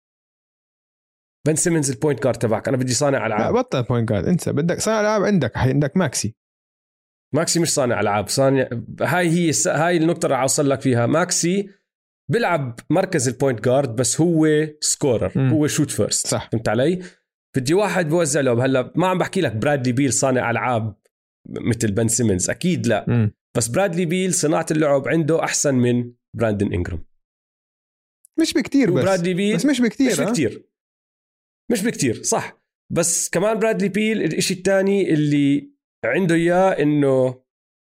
بن سيمنز البوينت جارد تبعك، انا بدي صانع العاب. لا بطل بوينت جارد، انسى. بدك صانع العاب، عندك عندك ماكسي. ماكسي مش صانع العاب. صانع هاي هي الس... هاي النقطه اللي اوصل لك فيها. ماكسي بيلعب مركز البوينت جارد بس هو سكورر. م. هو شوت فيرست. صح. فهمت علي؟ بدي واحد بوزع له. هلا ما عم بحكي لك برادلي بيل صانع العاب مثل بن سيمنز، اكيد لا. م. بس برادلي بيل صناعه اللعب عنده احسن من براندن انجرام. مش بكتير بس برادلي بيل بس مش بكتير. مش بكتير مش بكتير صح. بس كمان برادلي بيل الاشي الثاني اللي عنده اياه انه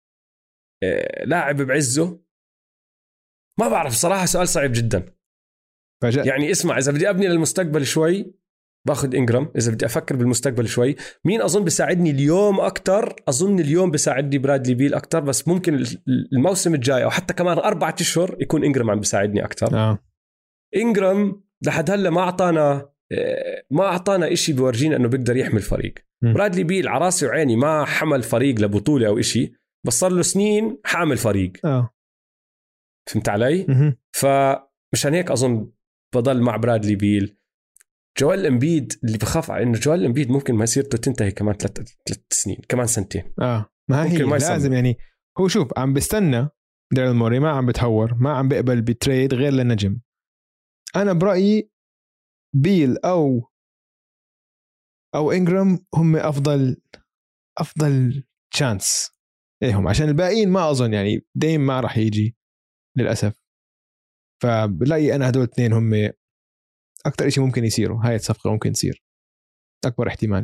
لاعب بعزه. ما بعرف صراحة، سؤال صعب جدا. فجأة. يعني اسمع، إذا بدي أبني للمستقبل شوي باخد إنجرام. إذا بدي أفكر بالمستقبل شوي مين أظن بيساعدني اليوم أكتر؟ أظن اليوم بيساعدني برادلي بيل أكتر، بس ممكن الموسم الجاي أو حتى كمان أربعة أشهر يكون إنجرام عم بيساعدني أكتر. آه. إنجرام لحد هلا ما أعطانا ما أعطانا إشي بيورجينا إنه بيقدر يحمل فريق. م. برادلي بيل على راسي وعيني ما حمل فريق لبطولة أو إشي، بس صار له سنين حامل فريق. آه. فهمت علي؟ م-م. فمشان هيك أظن بضل مع برادلي بيل. جويل امبيد اللي بخاف انه جويل امبيد ممكن مسيرته تنتهي كمان ثلاث ثلاث سنين، كمان سنتين. اه ما هي ما لازم يسمى. يعني هو شوف عم بستنى ديرل موري، ما عم بتهور، ما عم بقبل بتريد غير للنجم. انا برايي بيل او او انجرام هم افضل افضل تشانس ليهم، عشان الباقيين ما اظن يعني دايم ما راح يجي للاسف. فبلاقي انا هدول اثنين هم اكثر شيء ممكن يصيروا. هاي الصفقه ممكن تصير اكبر احتمال.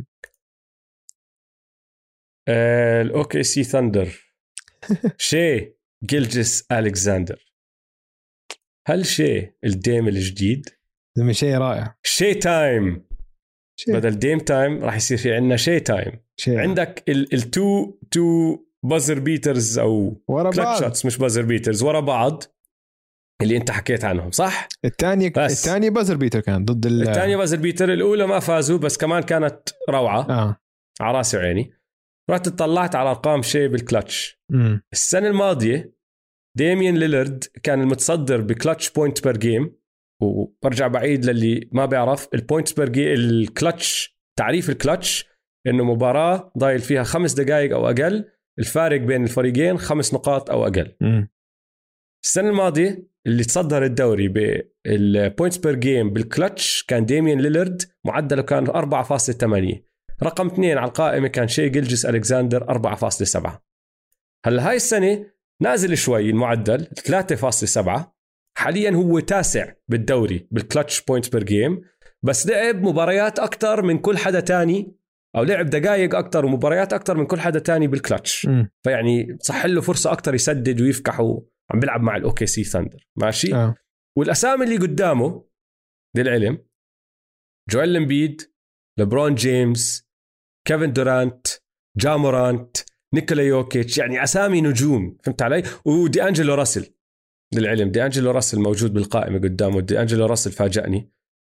الاوكي سي ثاندر شي جيلجس ألكساندر. هل شي الديم الجديد؟ زي شيء رائع. شي تايم شي. بدل ديم تايم راح يصير في عندنا شي تايم. شي. عندك التو تو بازر بيترز او كلتش شوتس، مش بازر بيترز ورا بعض اللي انت حكيت عنهم صح. الثاني الثاني بازر بيتر كان ضد ال... الثاني بازر بيتر. الاولى ما فازوا بس كمان كانت روعه. اه على راسي وعيني. رحت اطلعت على ارقام شيء بالكلتش. م. السنه الماضيه ديميان ليلرد كان المتصدر بكلتش بوينت بير جيم. وبرجع بعيد للي ما بيعرف البوينتس بير جيم. الكلتش تعريف الكلتش انه مباراه ضايل فيها خمس دقائق او اقل، الفارق بين الفريقين خمس نقاط او اقل. م. السنه الماضيه اللي تصدر الدوري بالبوينتس بير جيم بالكلتش كان ديميان ليلرد، معدله كان أربعة فاصلة ثمانية. رقم اثنين على القائمه كان شي جيلجس ألكساندر أربعة فاصلة سبعة. هلا هاي السنه نازل شوي المعدل ثلاثة فاصلة سبعة. حاليا هو تاسع بالدوري بالكلتش بوينتس بير جيم، بس لعب مباريات اكثر من كل حدا تاني، او لعب دقائق اكثر ومباريات اكثر من كل حدا تاني بالكلتش. م. فيعني صح له فرصه اكثر يسدد ويفكح، وعم بيلعب مع الاوكي سي ثاندر ماشي. آه. والاسامي اللي قدامه للعلم جويل امبيد، لبرون جيمس، كيفن دورانت، جامورانت، نيكولا يوكيتش، يعني اسامي نجوم. فهمت علي؟ ودي انجلو راسل للعلم. دي أنجلو راسل موجود بالقائمة قدامه. دي أنجلو راسل فاجأني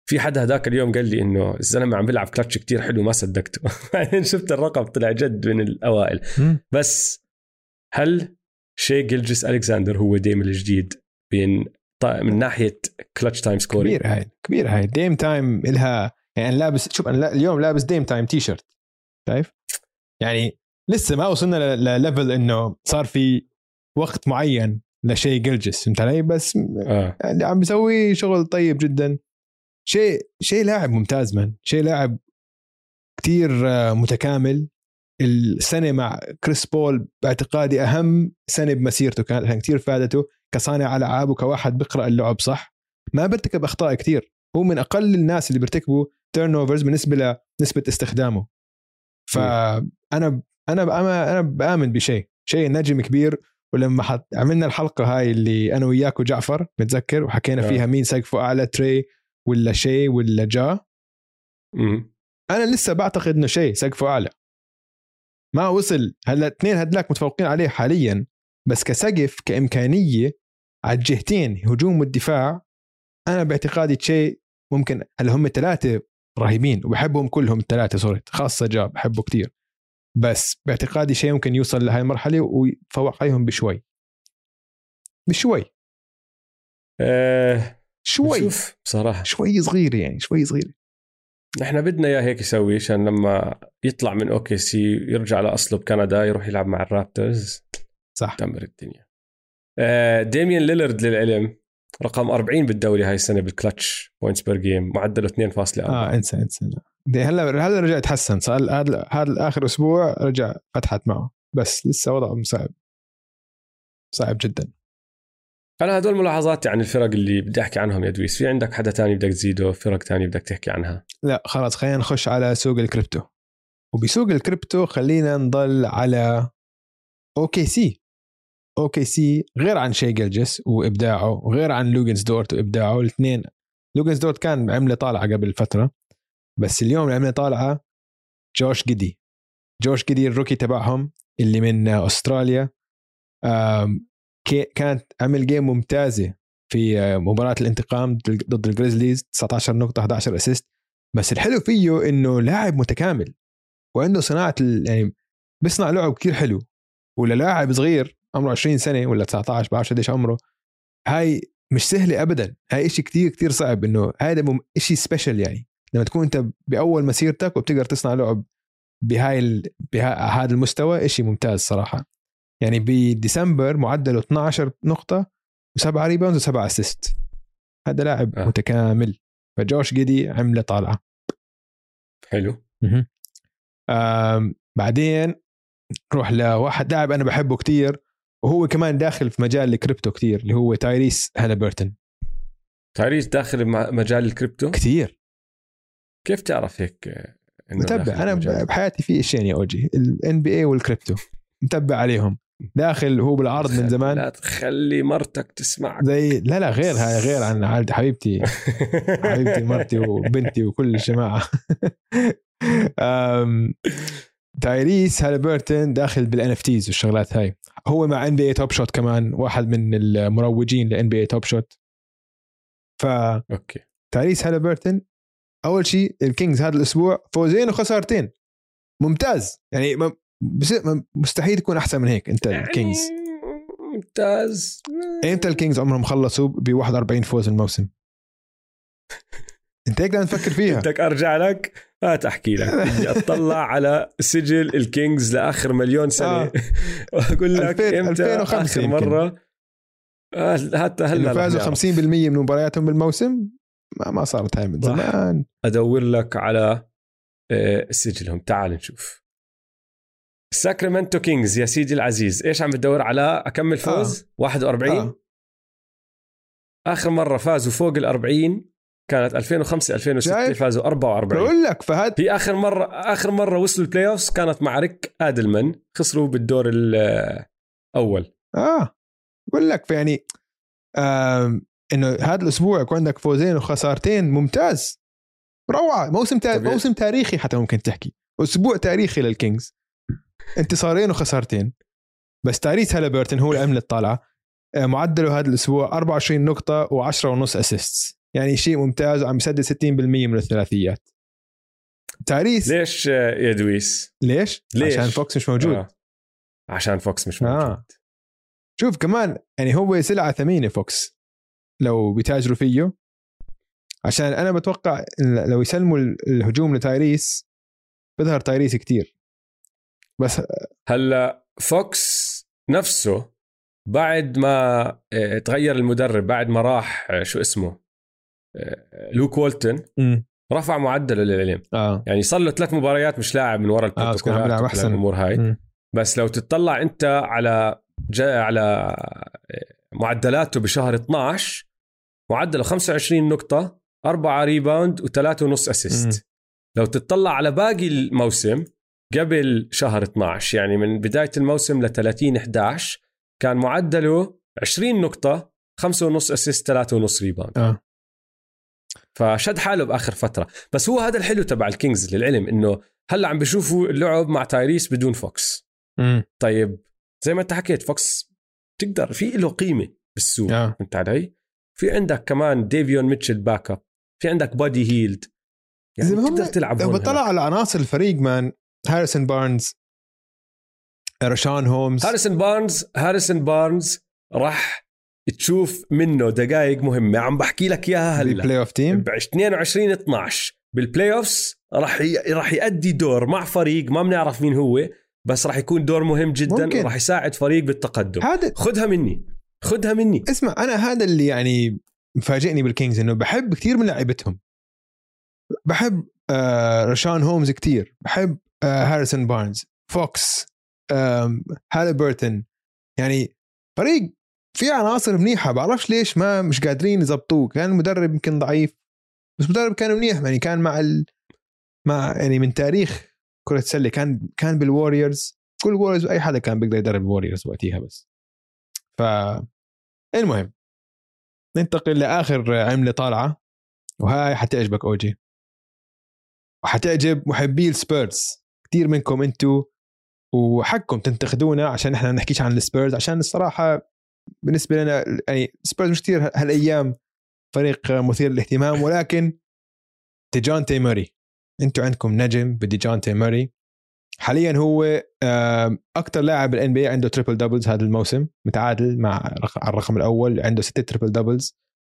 في حدا هداك اليوم قال لي انه الزلمه عم بيلعب كلتش كتير حلو، ما صدقته. بعدين شفت الرقم طلع جد من الاوائل. بس هل شي جيلجس ألكساندر هو ديم الجديد بين من ناحيه كلتش تايم سكورينج؟ كبير هاي كبير هاي ديم تايم إلها يعني. لابس شوف انا اليوم لابس ديم تايم تي شيرت، شايف يعني لسه ما وصلنا لليفل انه صار في وقت معين لشي جيلجس، فهمت علي؟ بس آه. اللي عم بيسوي شغل طيب جدا. شيء شيء لاعب ممتاز من شيء لاعب كتير متكامل. السنة مع كريس بول باعتقادي أهم سنة بمسيرته، كان كتير فادته كصانع ألعاب وكواحد بقرأ اللعب صح، ما برتكب أخطاء كتير. هو من أقل الناس اللي بيرتكبوا تيرن اوفرز بالنسبة لنسبة استخدامه. فأنا أنا أنا بآمن بشيء شيء نجم كبير. ولما حط عملنا الحلقة هاي اللي أنا وياك وجعفر متذكر وحكينا فيها مين سقفه أعلى، تري ولا شيء ولا جا، مم. أنا لسه بعتقد إنه شيء سقفه أعلى ما وصل. هلا اثنين هدلاك متفوقين عليه حاليا، بس كسقف كإمكانية على الجهتين هجوم والدفاع أنا باعتقادي شيء ممكن. هلا هم الثلاثة رهيبين وبحبهم كلهم الثلاثة، صورت خاصة جا بحبه كتير، بس باعتقادي شيء ممكن يوصل لهاي المرحلة ويفوق عليهم بشوي بشوي أه شوي شوف بصراحة شوي صغير يعني شوي صغير. احنا بدنا اياه هيك يسوي عشان لما يطلع من اوكي سي يرجع لأصله بكندا يروح يلعب مع الرابترز صح تمر الدنيا. أه ديميان ليلرد للعلم رقم أربعين بالدوري هاي السنة بالكلتش بوينتس بير جيم، معدله اثنين فاصلة أربعة. اه انسى انسى دي هلا هلا رجع يتحسن، صار هذا هذا اخر اسبوع رجع فتحت معه، بس لسه وضعه صعب صعب جدا. أنا هدول ملاحظات يعني الفرق اللي بدي أحكي عنهم يا دويس. في عندك حدا تاني بدك تزيده، فرق تاني بدك تحكي عنها؟ لا خلاص خلينا نخش على سوق الكريبتو. وبسوق الكريبتو خلينا نضل على اوكي سي. اوكي سي غير عن شي جيلجس وابداعه وغير عن لوغنز دورت وابداعه. الاثنين لوغنز دورت كان عمله طالعه قبل فتره، بس اليوم العمله طالعه جوش جيدي. جوش جيدي الروكي تبعهم اللي من استراليا، كانت عمل جيم ممتازه في مباراه الانتقام ضد الجريزليز، تسعة عشر نقطه إحدى عشر اسيست. بس الحلو فيه انه لاعب متكامل وعنده صناعه يعني بيصنع لعب كتير حلو. ولا لاعب صغير عمره عشرين سنه ولا تسعة عشر بعرفش قديش عمره، هاي مش سهله ابدا. هاي إشي كتير كتير صعب، انه هذا إشي سبيشل يعني لما تكون انت باول مسيرتك وبتقدر تصنع لعب بهاي ال... بهذا المستوى. إشي ممتاز صراحه. يعني بديسمبر معدله اثنا عشر نقطه وسبعة ريباوندز وسبعة اسيست. هذا لاعب آه. متكامل. فجوش جيدي عمله طالعه حلو. آم بعدين نروح لواحد لاعب انا بحبه كتير وهو كمان داخل في مجال الكريبتو كتير، اللي هو تايريس هاليبرتون. تايريس داخل مجال الكريبتو كتير. كيف تعرف هيك؟ متابع انا بحياتي في اشياء يا اوجي الان بي اي والكريبتو متابع عليهم. داخل هو بالعرض من زمان. لا تخلي مرتك تسمعك زي لا لا غير هاي غير عن عائلتي حبيبتي حبيبتي مرتي وبنتي وكل الجماعه. تايريس هاليبرتون داخل بالان اف تيز والشغلات هاي. هو مع ان بي اي توب شوت كمان، واحد من المروجين لان بي اي توب شوت. ف اوكي تايريس هاليبرتون اول شيء الكينجز هذا الاسبوع فوزين وخسارتين. ممتاز يعني مستحيل يكون احسن من هيك. انت الكينجز ممتاز. امتى الكينجز عمرهم خلصوا ب واحد وأربعين فوز الموسم؟ انت هيك بدنا نفكر فيها. بدك ارجع لك هات احكي لك بدي اطلع على سجل الكينجز لاخر مليون سنه آه. واقول لك امتى اخر مره حتى هلا فازوا خمسين بالمية من مبارياتهم بالموسم. ما ما صارت هاي من زمان. ادور لك على سجلهم. تعال نشوف. ساكرامنتو كينجز يا سيدي العزيز، ايش عم بتدور على؟ اكمل فوز. آه. واحد وأربعين. آه. اخر مره فازوا فوق الأربعين كانت ألفين وخمسة ألفين وستة، فازوا أربعة وأربعين. بقول لك فهد في اخر مره اخر مره وصلوا البلاي اوفز كانت مع ريك ادلمان، خسروا بالدور الاول. اه بقول لك فيعني انه هذا الاسبوع يكون عندك فوزين وخسارتين ممتاز روعه. موسم تا... موسم تاريخي حتى ممكن تحكي اسبوع تاريخي للكينجز. انتصارين وخسارتين. بس تايريس هاليبرتون هو العمله الطالعه. معدله هذا الاسبوع أربعة وعشرين نقطه وعشرة ونص اسيست. يعني شيء ممتاز وعم يسدد ستين بالمية من الثلاثيات. تايريس ليش يا دويس؟ ليش؟ ليش؟ عشان فوكس مش موجود. آه. عشان فوكس مش موجود. آه. شوف كمان يعني هو سلعة ثمينة فوكس لو بيتاجروا فيه، عشان أنا بتوقع لو يسلموا الهجوم لتايريس بظهر تايريس كتير. بس هلا فوكس نفسه بعد ما تغير المدرب، بعد ما راح شو اسمه لوك وولتن، م. رفع معدله للعلم. آه. يعني صار له ثلاث مباريات مش لاعب من وراء البروتوكولات آه والامور هاي. م. بس لو تطلع انت على جاء على معدلاته بشهر اثناشر، معدله خمسة وعشرين نقطة، أربعة ريباوند وثلاثة ونص أسيست. لو تطلع على باقي الموسم قبل شهر اثناشر، يعني من بداية الموسم ل ثلاثين إحدى عشر، كان معدله عشرين نقطة، خمسة ونص أسيست، ثلاثة ونص ريباوند. آه. فشد حاله بآخر فترة. بس هو هذا الحلو تبع الكينجز للعلم، إنه هلأ عم بيشوفوا اللعب مع تايريس بدون فوكس. م. طيب زي ما انت حكيت فوكس تقدر في له قيمة بالسوق. آه. انت علي؟ في عندك كمان ديفيون ميتشل باك اب، في عندك بودي هيلد، يعني تقدر تلعب. لو بطلع على عناصر الفريق مان، هاريسون بارنز، رشان هومز. هاريسون بارنز هاريسون بارنز راح تشوف منه دقائق مهمة. عم بحكي لك إياها هلا بالبلاي اوف تيم ب اثنين وعشرين اثناشر بالبلاي اوفس راح ي... راح يؤدي دور مع فريق ما بنعرف مين هو، بس راح يكون دور مهم جدا وراح يساعد فريق بالتقدم. هذا خدها مني خدها مني اسمع، انا هذا اللي يعني مفاجئني بالكينجز، انه بحب كثير من لعيبتهم. بحب آه رشان هومز كتير، بحب آه هاريسون بارنز، فوكس، آه هاليبرتون. يعني فريق في عناصر منيحة، بعرفش ليش ما مش قادرين يزبطوه. كان المدرب يمكن ضعيف، بس المدرب كان منيح. يعني كان مع ال... مع يعني من تاريخ كرة السلة كان كان بالواريورز، كل واريورز أي حدا كان بيقدر يدرب الواريورز وقتها. بس ف المهم ننتقل لآخر عملة طالعة، وهاي حتعجبك أوجي وحتعجب محبي السبيرز كتير منكم انتو، وحقكم تنتقدونا عشان احنا نحكيش عن السبيرز، عشان الصراحة بالنسبة لنا يعني السبيرز مش كتير هالأيام فريق مثير للاهتمام. ولكن ديجونتي ماري، انتو عندكم نجم بديجونتي ماري. حاليا هو أكتر لاعب الان بي عنده تريبل دبلز هذا الموسم، متعادل مع الرقم الأول، عنده ستة تريبل دبلز.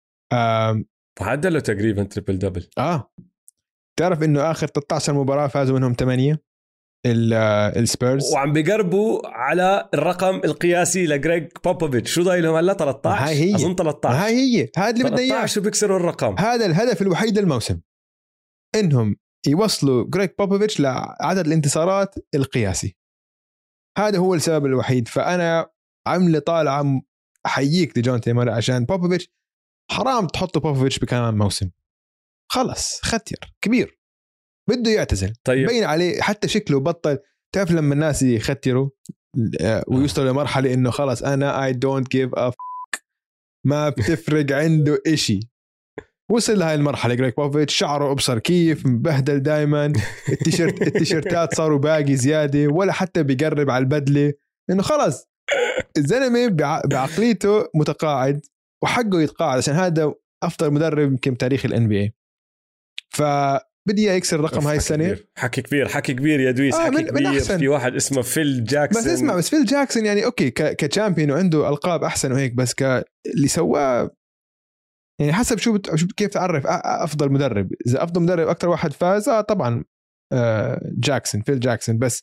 فعدله تقريبا تريبل دبل. اه تعرف انه اخر ثلاثة عشر مباراة فازوا منهم ثمانية السبيرز، وعم بيقربوا على الرقم القياسي لغريج بوبوفيتش. شو ضايلهم هلا ثلاثة عشر؟ هاي هي. اظن ثلاثة عشر. هاي هي هذا اللي بدنا اياه، ثلاثة عشر بيكسروا الرقم. هذا الهدف الوحيد للموسم، انهم يوصلوا غريج بوبوفيتش لعدد الانتصارات القياسي. هذا هو السبب الوحيد. فانا عملة طالعة احييك ديجونتي ماري، عشان بوبوفيتش حرام تحطوا بوبوفيتش بكمان موسم. خلص ختير كبير بده يعتزل. طيب. بين عليه حتى شكله بطل. تعرف لما الناس يختروا ويوصلوا لمرحلة انه خلص انا I don't give a fuck، ما بتفرق عنده اشي. وصل لهاي المرحلة غريج بوبوفيتش، شعره ابصر كيف مبهدل دايما، التيشيرت التيشيرتات صاروا باقي زيادة، ولا حتى بيقرب على البدلة، انه خلص الزلمة بعقليته متقاعد، وحقه يتقاعد عشان هذا افضل مدرب يمكن تاريخ الان بي اي. فبدي يكسر رقم هاي السنة. كبير. حكي كبير حكي كبير يا دويس. آه حكي من كبير. من في واحد اسمه فيل جاكسون. بس اسمع، بس فيل جاكسون يعني اوكي كتشامبيون وعنده القاب احسن وهيك، بس اللي سواه يعني حسب شو بت... شو كيف تعرف افضل مدرب. اذا افضل مدرب اكثر واحد فاز آه طبعا آه جاكسون فيل جاكسون. بس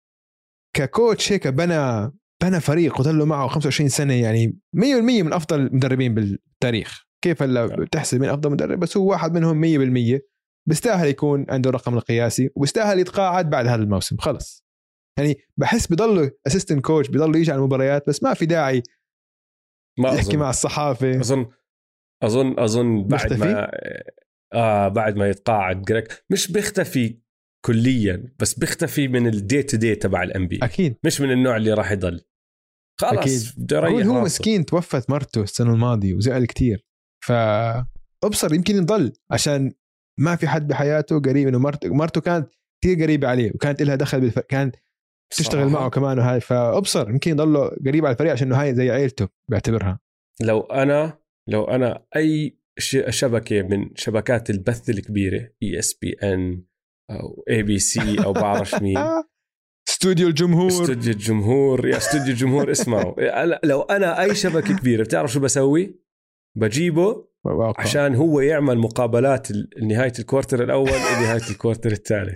ككوتش هيك بنى بنى فريق وظلوا معه خمسة وعشرين سنة، يعني مية بالمية من افضل المدربين بالتاريخ. كيف هلا بتحسب من افضل مدرب، بس هو واحد منهم مية بالمية. بيستاهل يكون عنده الرقم القياسي، وبيستاهل يتقاعد بعد هذا الموسم. خلص يعني بحس بضله اسيستنت كوتش، بضله يجي على المباريات، بس ما في داعي ما يحكي أظن. مع الصحافة. أظن أظن أظن بعد بيختفي؟ ما آه بعد ما يتقاعد جريك مش بيختفي كليا، بس بيختفي من الدي تو دي تبع الام بي. أكيد مش من النوع اللي راح يضل. خلاص بده يريح راسه. هو راسه. مسكين توفت مرته السنة الماضية وزعل كتير، فأبصر يمكن يضل عشان ما في حد بحياته قريب. إنه مرته مرته كانت كتير قريبة عليه، وكانت لها دخل بالفريق، كان تشتغل معه كمان وهاي. فأبصر يمكن يضله قريب على الفريق عشان إنه هاي زي عيلته بيعتبرها. لو أنا لو أنا أي شبكة من شبكات البث الكبيرة إي إس بي إن أو إيه بي سي أو بعرف مين. استوديو الجمهور. استوديو الجمهور يا استوديو الجمهور اسمعوا. لو أنا أي شبكة كبيرة بتعرف شو بسوي؟ بجيبه عشان هو يعمل مقابلات نهاية الكوارتر الأول ونهاية الكوارتر الثالث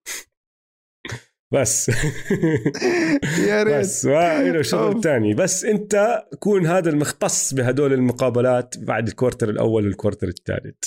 بس. يا ريت. بس وإله شغل تاني. بس أنت كون هذا المختص بهدول المقابلات بعد الكوارتر الأول والكوارتر الثالث.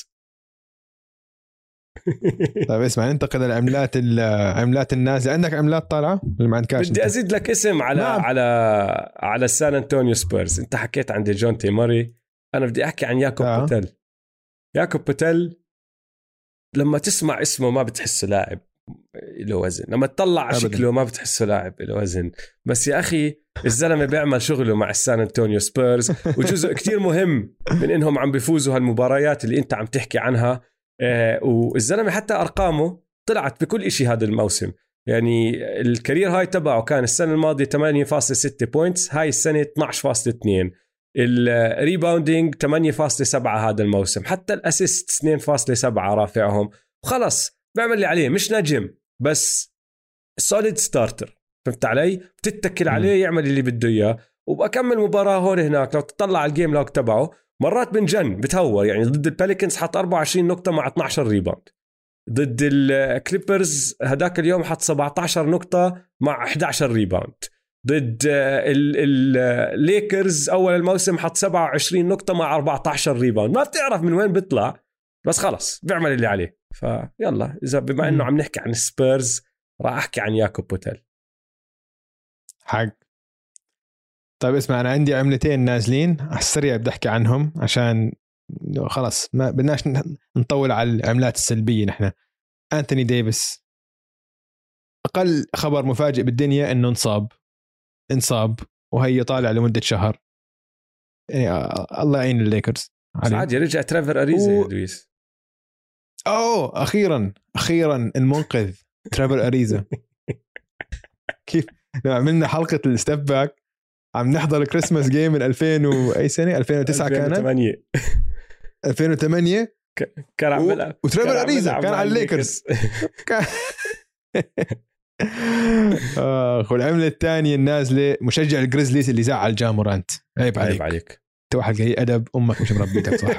طيب اسمع، ننتقل للعملات العملات النازله. عندك عملات طالعه اللي ما عندكاش؟ بدي ازيد لك اسم على نعم. على على السان أنطونيو سبيرز. انت حكيت عن ديجونتي ماري، انا بدي احكي عن ياكوب آه. بوتل. ياكوب بوتل لما تسمع اسمه ما بتحسه لاعب له وزن، لما تطلع على شكله ما بتحسه لاعب له وزن، بس يا اخي الزلمه بيعمل شغله مع السان أنطونيو سبيرز وجزء كتير مهم من انهم عم بيفوزوا هالمباريات اللي انت عم تحكي عنها. آه والزلمه حتى ارقامه طلعت بكل إشي هذا الموسم. يعني الكارير هاي تبعه كان السنه الماضيه ثمانية فاصلة ستة بوينتس، هاي السنه اثناشر فاصلة اثنين. الريباوندينج ثمانية فاصلة سبعة هذا الموسم، حتى الاسيست اثنين فاصلة سبعة رافعهم. وخلص بيعمل اللي عليه، مش نجم بس سوليد ستارتر، فهمت علي؟ بتتكل عليه يعمل اللي بده اياه. وبكمل مباراه هون هناك، لو تطلع على الجيم لوج تبعه مرات بنجن بتهور. يعني ضد الباليكنز حط أربعة وعشرين نقطه مع اثني عشر ريباوند، ضد الكليبرز هداك اليوم حط سبعة عشر نقطه مع إحدى عشر ريباوند، ضد الليكرز اول الموسم حط سبعة وعشرين نقطه مع أربعة عشر ريباوند. ما بتعرف من وين بيطلع، بس خلص بيعمل اللي عليه. فيلا اذا بما انه عم نحكي عن السبيرز راح احكي عن ياكوب بوتل. حق. طيب اسمع، انا عندي عملتين نازلين على السريع بدي احكي عنهم عشان خلص ما بدناش نطول على العملات السلبيه. نحن أنتوني ديفيس اقل خبر مفاجئ بالدنيا انه انصاب انصاب وهي طالع لمده شهر. يعني الله يعين الليكرز. عادي رجع ترافر أريزا و... دويس. اوه اخيرا اخيرا المنقذ ترافر أريزا. كيف عملنا حلقه الستيب باك عم نحضر الكريسماس جيم من ألفين واي سنه ألفين وتسعة كانت ألفين وثمانية ألفين وثمانية كان عم بيلعب وترافر أريزا كان على الليكرز. اخ. والعمله الثانيه النازله مشجع الجريزليز اللي زعل جامورانت. عيب عليك, عليك. انت واحد قليل ادب، امك مش مربيتك صح.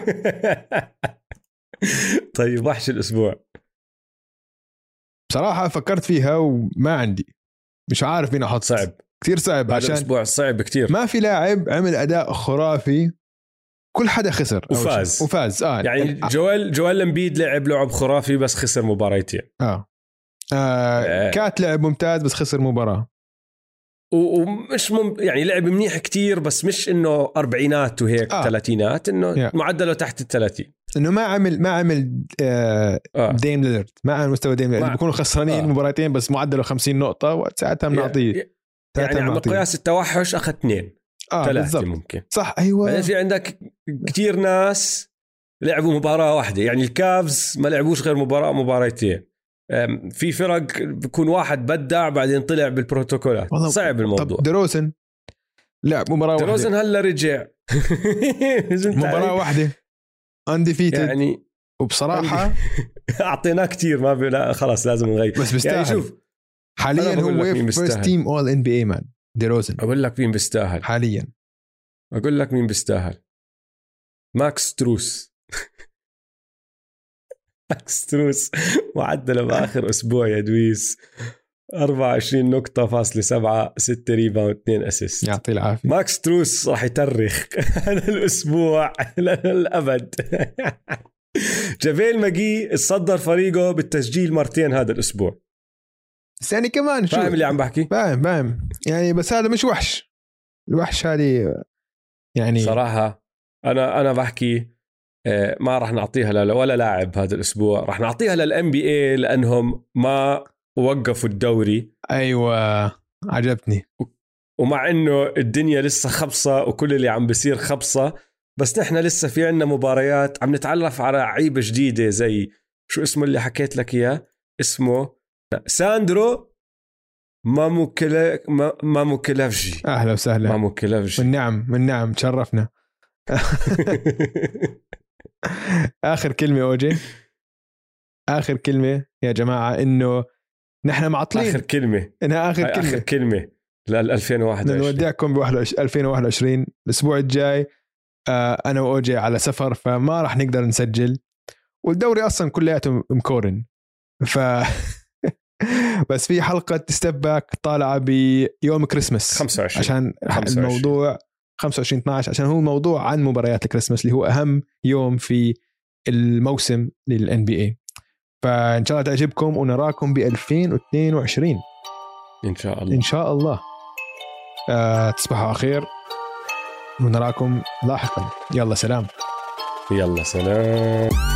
طيب وحش الاسبوع بصراحه فكرت فيها وما عندي، مش عارف مين احط. صعب كتير صعب هذا عشان الاسبوع صعب كتير. ما في لاعب عمل اداء خرافي، كل حدا خسر وفاز وفاز اه يعني جوال جوال امبيد لعب لعب خرافي بس خسر مباراتين. اه, آه. آه. كات لعب ممتاز بس خسر مباراه، ومش مم... يعني لعب منيح كتير بس مش انه أربعينات وهيك آه. ثلاثينات، انه yeah. معدله تحت الثلاثين، انه ما عمل ما عمل آه آه. ديم ليلرد ما عمل مستوى ديم ليلرد. بيكونوا خسرانين آه. مباراتين بس معدله خمسين نقطه وساعتها بنعطيه يعني على مقياس التوحش اخذ اثنين آه ثلاثه ممكن صح. ايوه يعني في عندك كتير ناس لعبوا مباراه واحده، يعني الكافز ما لعبوش غير مباراه مباراتين. في فرق بيكون واحد بدع بعدين طلع بالبروتوكولات، صعب الموضوع. طب دروسن لعب مباراه واحده، دروسن هلا رجع مباراه واحده اundefeated يعني. وبصراحه اعطيناه كتير ما بلا خلاص لازم نغير. بس بيستاهل يعني. شوف حاليا هو فيرست تيم اول ان بي اي مان دروسن. اقول لك مين بيستاهل حاليا، اقول لك مين بيستاهل. ماكس تروس. ماكس تروس معدله باخر اسبوع يا دويس أربعة وعشرين نقطة فاصلة سبعة، ستة ريباوند، اثنين اسيست. يعطيه العافية. ماكس تروس راح يترخ هذا الأسبوع للأبد. جافيل ماجي صدر فريقه بالتسجيل مرتين هذا الأسبوع. بس يعني كمان شو فاهم اللي عم بحكي؟ فاهم فاهم يعني، بس هذا مش وحش. الوحش هذه يعني صراحة أنا أنا بحكي ما راح نعطيها لا ولا لاعب هذا الأسبوع، راح نعطيها للإن بي إيه لأنهم ما وقفوا الدوري. أيوة عجبتني. ومع إنه الدنيا لسه خبصة وكل اللي عم بيصير خبصة، بس نحن لسه في عنا مباريات عم نتعرف على عيبة جديدة. زي شو اسمه اللي حكيت لك إياه، اسمه ساندرو ماموكلا ماموكلافجي. أهلا وسهلا. ماموكلافجي. من نعم من نعم تشرفنا. اخر كلمه اوجي، اخر كلمه يا جماعه، انه نحن معطلين. اخر كلمه انها اخر كلمه اخر كلمه لل ألفين وواحد وعشرين. نودعكم ب ألفين وواحد وعشرين. الاسبوع الجاي آه انا واوجي على سفر، فما راح نقدر نسجل، والدوري اصلا كلياته مكورن. ف بس في حلقه ستيب باك طالعه بيوم كريسماس خمسة وعشرين عشان خمسة وعشرين. الموضوع خمسة وعشرين اثنا عشر عشان هو موضوع عن مباريات الكريسماس اللي هو اهم يوم في الموسم للان بي اي. فان شاء الله تعجبكم، ونراكم ب ألفين واثنين وعشرين ان شاء الله. ان شاء الله. أه تصبحوا على خير، ونراكم لاحقا. يلا سلام. يلا سلام.